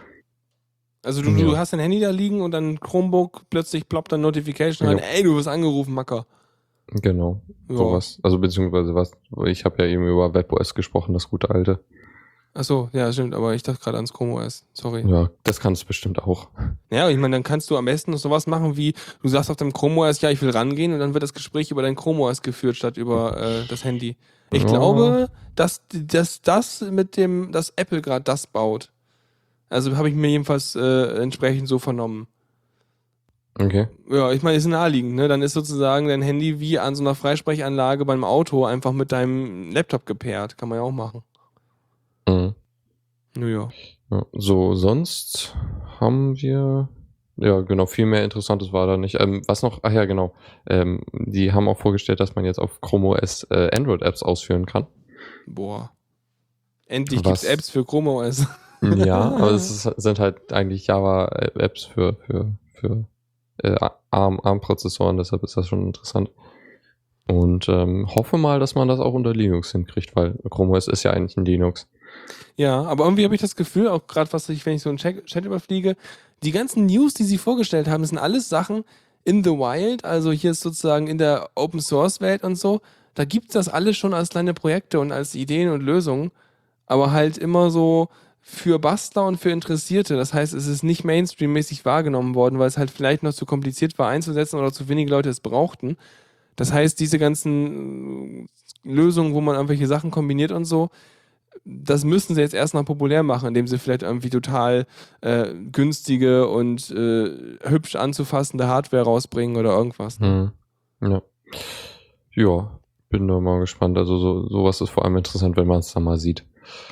Also du, du Ja. hast dein Handy da liegen und dann Chromebook, plötzlich ploppt dann Notification rein, Ja. ey, du wirst angerufen, Macker. Genau, Ja. sowas. Also beziehungsweise was, ich habe ja eben über WebOS gesprochen, das gute alte. Achso, ja, stimmt, aber ich dachte gerade ans Chrome O S. Sorry. Ja, das kannst du bestimmt auch. Ja, ich meine, dann kannst du am besten sowas machen wie, du sagst auf deinem Chrome O S, ja, ich will rangehen und dann wird das Gespräch über dein Chrome O S geführt, statt über äh, das Handy. Ich Ja. glaube, dass, dass das mit dem, dass Apple gerade das baut. Also habe ich mir jedenfalls äh, entsprechend so vernommen. Okay. Ja, ich meine, ist naheliegend, ne? Dann ist sozusagen dein Handy wie an so einer Freisprechanlage beim Auto einfach mit deinem Laptop gepaart. Kann man ja auch machen. Mhm. Naja. Ja, so, sonst haben wir, ja genau, viel mehr Interessantes war da nicht. Ähm, was noch, ach ja, genau, ähm, die haben auch vorgestellt, dass man jetzt auf Chrome O S äh, Android-Apps ausführen kann. Boah. Endlich Was? gibt's Apps für Chrome O S. Ja, aber es ist, sind halt eigentlich Java-Apps für, für, für äh, ARM, ARM-Prozessoren, deshalb ist das schon interessant. Und ähm, hoffe mal, dass man das auch unter Linux hinkriegt, weil Chrome O S ist ja eigentlich ein Linux. Ja, aber irgendwie habe ich das Gefühl, auch gerade was ich, wenn ich so einen Chat, Chat überfliege, die ganzen News, die sie vorgestellt haben, sind alles Sachen in the wild, also hier ist sozusagen in der Open Source Welt und so, da gibt's das alles schon als kleine Projekte und als Ideen und Lösungen, aber halt immer so für Bastler und für Interessierte. Das heißt, es ist nicht Mainstream-mäßig wahrgenommen worden, weil es halt vielleicht noch zu kompliziert war einzusetzen oder zu wenige Leute es brauchten. Das heißt, diese ganzen äh, Lösungen, wo man irgendwelche Sachen kombiniert und so, das müssen sie jetzt erstmal populär machen, indem sie vielleicht irgendwie total äh, günstige und äh, hübsch anzufassende Hardware rausbringen oder irgendwas. Ne? Hm. Ja. Ja, bin da mal gespannt. Also so, sowas ist vor allem interessant, wenn man es dann mal sieht.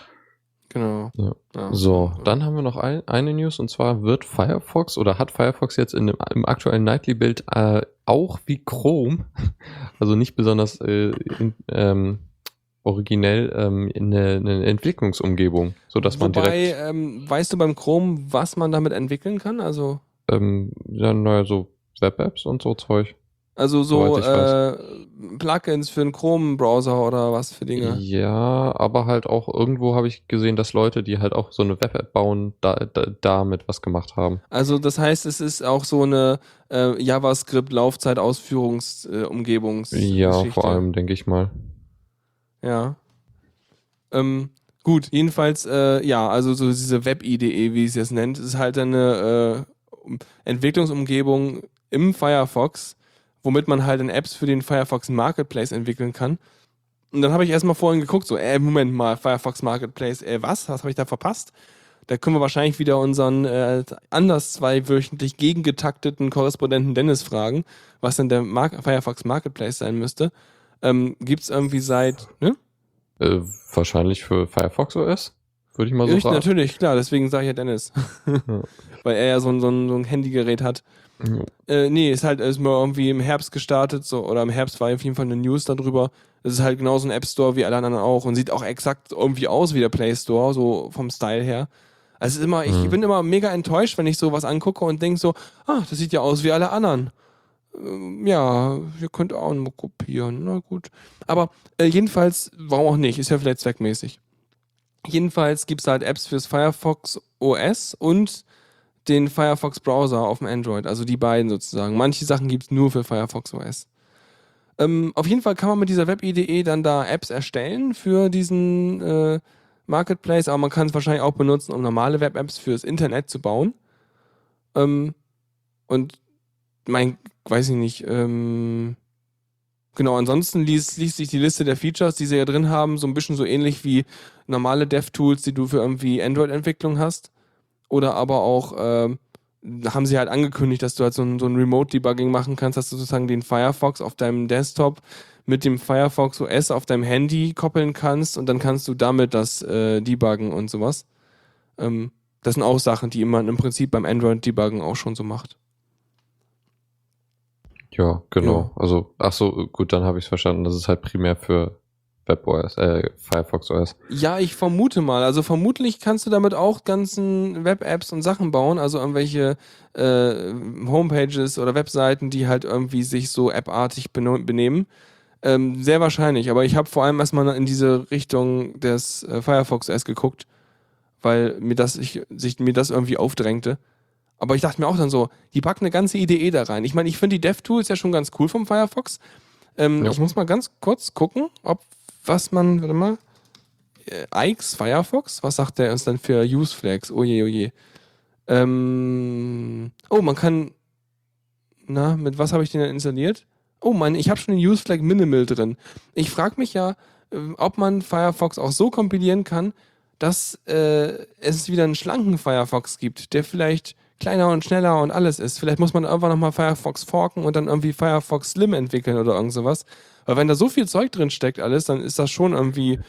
Genau. Ja. Ja. So, dann haben wir noch ein, eine News, und zwar wird Firefox oder hat Firefox jetzt in dem, im aktuellen Nightly-Bild äh, auch wie Chrome, also nicht besonders äh, in, ähm, originell, ähm, eine, eine Entwicklungsumgebung, sodass man Wobei, direkt, ähm, weißt du beim Chrome, was man damit entwickeln kann? Also, ähm, ja, naja, so Web-Apps und so Zeug. also so Soweit ich weiß. äh, Plugins für einen Chrome-Browser oder was für Dinge? Ja, aber halt auch irgendwo habe ich gesehen, dass Leute, die halt auch so eine Web-App bauen, da, da, damit was gemacht haben. Also das heißt, es ist auch so eine äh, JavaScript-Laufzeit-Ausführungsumgebungsgeschichte. Ja, vor allem, denke ich mal. Ja. Ähm, gut, jedenfalls, äh, ja, also so diese Web-I D E, wie es jetzt nennt, ist halt eine äh, um- Entwicklungsumgebung im Firefox, womit man halt in Apps für den Firefox Marketplace entwickeln kann. Und dann habe ich erstmal vorhin geguckt, so, äh, Moment mal, Firefox Marketplace, äh, was? Was habe ich da verpasst? Da können wir wahrscheinlich wieder unseren äh, anders zweiwöchentlich gegengetakteten Korrespondenten Dennis fragen, was denn der Mar- Firefox Marketplace sein müsste. Ähm, gibt's irgendwie seit, ne? Äh, wahrscheinlich für Firefox O S, würde ich mal so Richtig, sagen. natürlich, klar, deswegen sage ich ja Dennis. Ja. Weil er ja so ein, so ein, so ein Handygerät hat. Ja. Äh, nee, ist halt ist mal irgendwie im Herbst gestartet, so, oder im Herbst war auf jeden Fall eine News darüber. Es ist halt genauso ein App Store wie alle anderen auch und sieht auch exakt irgendwie aus wie der Play Store, so vom Style her. Also es ist immer, ich Mhm. bin immer mega enttäuscht, wenn ich sowas angucke und denke so, ah, das sieht ja aus wie alle anderen. Ähm, ja, ihr könnt auch nur kopieren, na gut. Aber äh, jedenfalls, warum auch nicht, ist ja vielleicht zweckmäßig. Jedenfalls gibt es halt Apps fürs Firefox O S und den Firefox Browser auf dem Android, also die beiden sozusagen. Manche Sachen gibt es nur für Firefox O S. Ähm, auf jeden Fall kann man mit dieser Web I D E dann da Apps erstellen für diesen äh, Marketplace, aber man kann es wahrscheinlich auch benutzen, um normale Web-Apps fürs Internet zu bauen. Ähm, und mein, weiß ich nicht, ähm, genau, ansonsten liest, liest sich die Liste der Features, die sie ja drin haben, so ein bisschen so ähnlich wie normale DevTools, die du für irgendwie Android-Entwicklung hast. Oder aber auch, ähm, haben sie halt angekündigt, dass du halt so ein, so ein Remote-Debugging machen kannst, dass du sozusagen den Firefox auf deinem Desktop mit dem Firefox O S auf deinem Handy koppeln kannst und dann kannst du damit das äh, debuggen und sowas. Ähm, das sind auch Sachen, die man im Prinzip beim Android-Debuggen auch schon so macht. Ja, genau. Ja. Also, ach so, gut, dann habe ich es verstanden. Das ist halt primär für WebOS, äh, Firefox O S. Ja, ich vermute mal. Also vermutlich kannst du damit auch ganzen Web-Apps und Sachen bauen, also irgendwelche äh, Homepages oder Webseiten, die halt irgendwie sich so appartig beno- benehmen. Ähm, sehr wahrscheinlich, aber ich habe vor allem erstmal in diese Richtung des äh, Firefox O S geguckt, weil mir das, ich, sich mir das irgendwie aufdrängte. Aber ich dachte mir auch dann so, die packen eine ganze I D E da rein. Ich meine, ich finde die DevTools ja schon ganz cool vom Firefox. Ähm, Ja. Ich muss mal ganz kurz gucken, ob was man, warte mal, äh, Ike's Firefox, was sagt der uns dann für Use Flags? Oje, oje. Ähm, oh, man kann, na, mit was habe ich den denn installiert? Oh Mann, ich habe schon den Use Flag Minimal drin. Ich frage mich ja, äh, ob man Firefox auch so kompilieren kann, dass äh, es wieder einen schlanken Firefox gibt, der vielleicht kleiner und schneller und alles ist. Vielleicht muss man irgendwann nochmal Firefox forken und dann irgendwie Firefox Slim entwickeln oder irgend sowas. Weil wenn da so viel Zeug drin steckt alles, dann ist das schon irgendwie,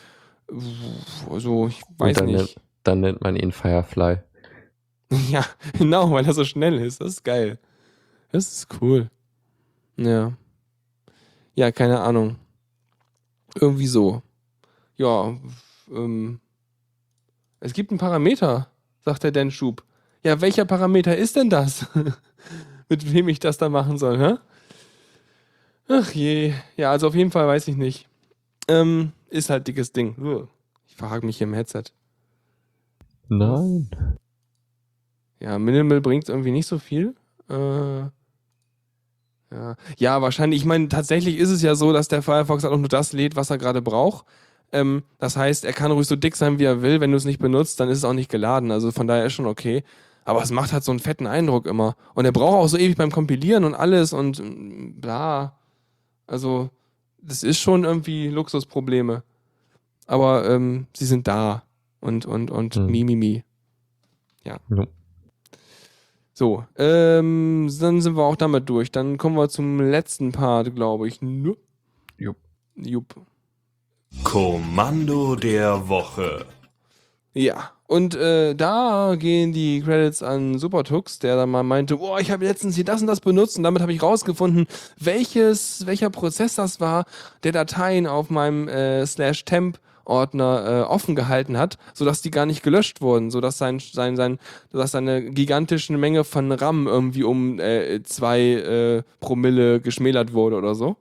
also ich weiß Und dann nicht. Nennt, dann nennt man ihn Firefly. Ja, genau, weil er so schnell ist. Das ist geil. Das ist cool. Ja. Ja, keine Ahnung. Irgendwie so. Ja, ähm, es gibt einen Parameter, sagt der Dan Schub. Ja, welcher Parameter ist denn das? Mit wem ich das da machen soll, hä? Ach je. Ja, also auf jeden Fall weiß ich nicht. Ähm, ist halt dickes Ding. Uah. Ich verhake mich hier im Headset. Nein. Ja, Minimal bringt irgendwie nicht so viel. Äh, ja. ja, wahrscheinlich. Ich meine, tatsächlich ist es ja so, dass der Firefox halt auch nur das lädt, was er gerade braucht. Ähm, das heißt, er kann ruhig so dick sein, wie er will. Wenn du es nicht benutzt, dann ist es auch nicht geladen. Also von daher ist schon okay. Aber es macht halt so einen fetten Eindruck immer. Und er braucht auch so ewig beim Kompilieren und alles und mm, bla. Also, das ist schon irgendwie Luxusprobleme. Aber ähm, sie sind da. Und, und, und Hm. mi, mi, mi. Ja. Ja. So, ähm, dann sind wir auch damit durch. Dann kommen wir zum letzten Part, glaube ich. Nup. Jupp. Jupp. Kommando der Woche. Ja, und äh, da gehen die Credits an Supertux, der dann mal meinte, boah, ich habe letztens hier das und das benutzt und damit habe ich rausgefunden, welches, welcher Prozess das war, der Dateien auf meinem äh, slash temp Ordner äh, offen gehalten hat, sodass die gar nicht gelöscht wurden, sodass sein, sein, sein, dass seine gigantische Menge von RAM irgendwie um äh, zwei äh, Promille geschmälert wurde oder so.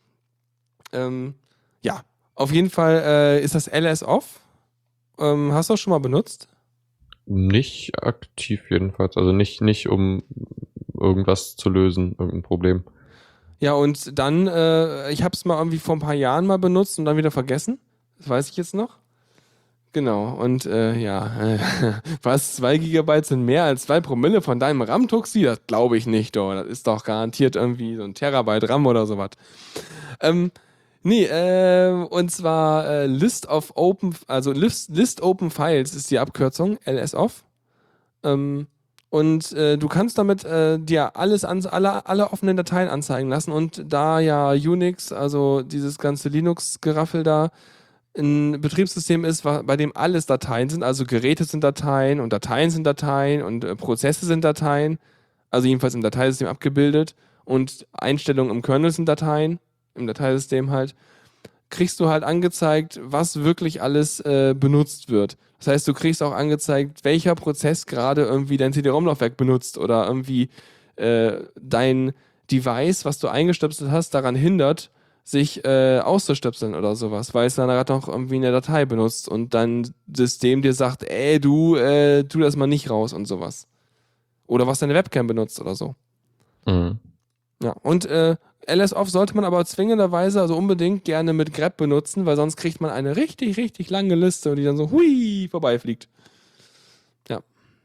Ähm, ja, auf jeden Fall äh, ist das L S off. Ähm, hast du das schon mal benutzt? Nicht aktiv jedenfalls. Also nicht, nicht um irgendwas zu lösen, irgendein Problem. Ja, und dann, äh, ich habe es mal irgendwie vor ein paar Jahren mal benutzt und dann wieder vergessen. Das weiß ich jetzt noch. Genau, und äh, ja, äh, was, zwei Gigabyte sind mehr als zwei Promille von deinem RAM-Tuxi? Das glaube ich nicht, doch. Das ist doch garantiert irgendwie so ein Terabyte RAM oder sowas. Ähm, nee, äh, und zwar äh, List of Open, also List, List Open Files ist die Abkürzung, L S off. Ähm, und äh, du kannst damit äh, dir alles an, alle, alle offenen Dateien anzeigen lassen. Und da ja Unix, also dieses ganze Linux-Geraffel da, ein Betriebssystem ist, bei dem alles Dateien sind, also Geräte sind Dateien und Dateien sind Dateien und äh, Prozesse sind Dateien, also jedenfalls im Dateisystem abgebildet und Einstellungen im Kernel sind Dateien, im Dateisystem halt, kriegst du halt angezeigt, was wirklich alles äh, benutzt wird. Das heißt, du kriegst auch angezeigt, welcher Prozess gerade irgendwie dein C D-ROM-Laufwerk benutzt oder irgendwie äh, dein Device, was du eingestöpselt hast, daran hindert, sich äh, auszustöpseln oder sowas, weil es dann gerade noch irgendwie eine Datei benutzt und dein System dir sagt, ey, du, äh, tu das mal nicht raus und sowas. Oder was deine Webcam benutzt oder so. Mhm. Ja, und äh, L S Off sollte man aber zwingenderweise, also unbedingt gerne mit grep benutzen, weil sonst kriegt man eine richtig, richtig lange Liste, die dann so hui vorbeifliegt. Ja.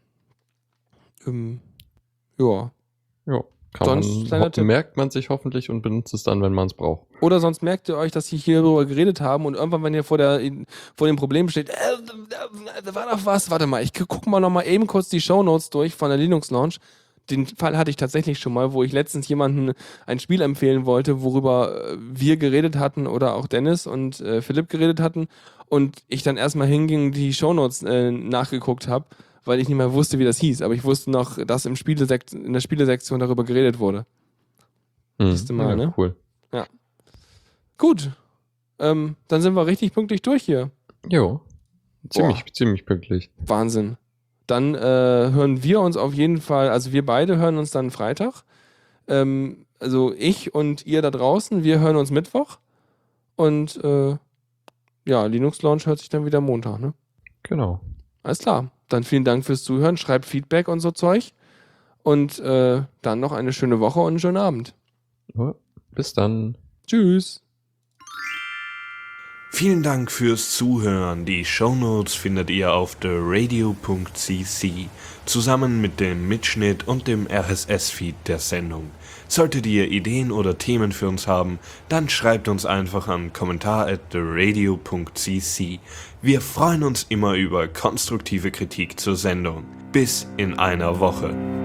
Ähm, ja. Ja. Kann Sonst man, kleiner ho- Tipp. merkt man sich hoffentlich und benutzt es dann, wenn man es braucht. Oder sonst merkt ihr euch, dass wir hier darüber geredet haben und irgendwann, wenn ihr vor, der, vor dem Problem steht, äh, da war doch was, warte mal, ich guck mal noch mal eben kurz die Shownotes durch von der Linux Launch. Den Fall hatte ich tatsächlich schon mal, wo ich letztens jemandem ein Spiel empfehlen wollte, worüber äh, wir geredet hatten oder auch Dennis und äh, Philipp geredet hatten und ich dann erstmal hinging die Shownotes äh, nachgeguckt habe, weil ich nicht mehr wusste, wie das hieß, aber ich wusste noch, dass im Spielesekt- in der Spielesektion darüber geredet wurde. Mhm. Siehst du mal, ja, ne? Cool. Gut, ähm, dann sind wir richtig pünktlich durch hier. Jo. Ziemlich, Boah. ziemlich pünktlich. Wahnsinn. Dann äh, hören wir uns auf jeden Fall, also wir beide hören uns dann Freitag. Ähm, also ich und ihr da draußen, wir hören uns Mittwoch. Und äh, ja, Linux Launch hört sich dann wieder Montag, ne? Genau. Alles klar. Dann vielen Dank fürs Zuhören, schreibt Feedback und so Zeug. Und äh, dann noch eine schöne Woche und einen schönen Abend. Ja, bis dann. Tschüss. Vielen Dank fürs Zuhören. Die Shownotes findet ihr auf theradio punkt c c zusammen mit dem Mitschnitt und dem R S S-Feed der Sendung. Solltet ihr Ideen oder Themen für uns haben, dann schreibt uns einfach an kommentar at theradio punkt c c. Wir freuen uns immer über konstruktive Kritik zur Sendung. Bis in einer Woche.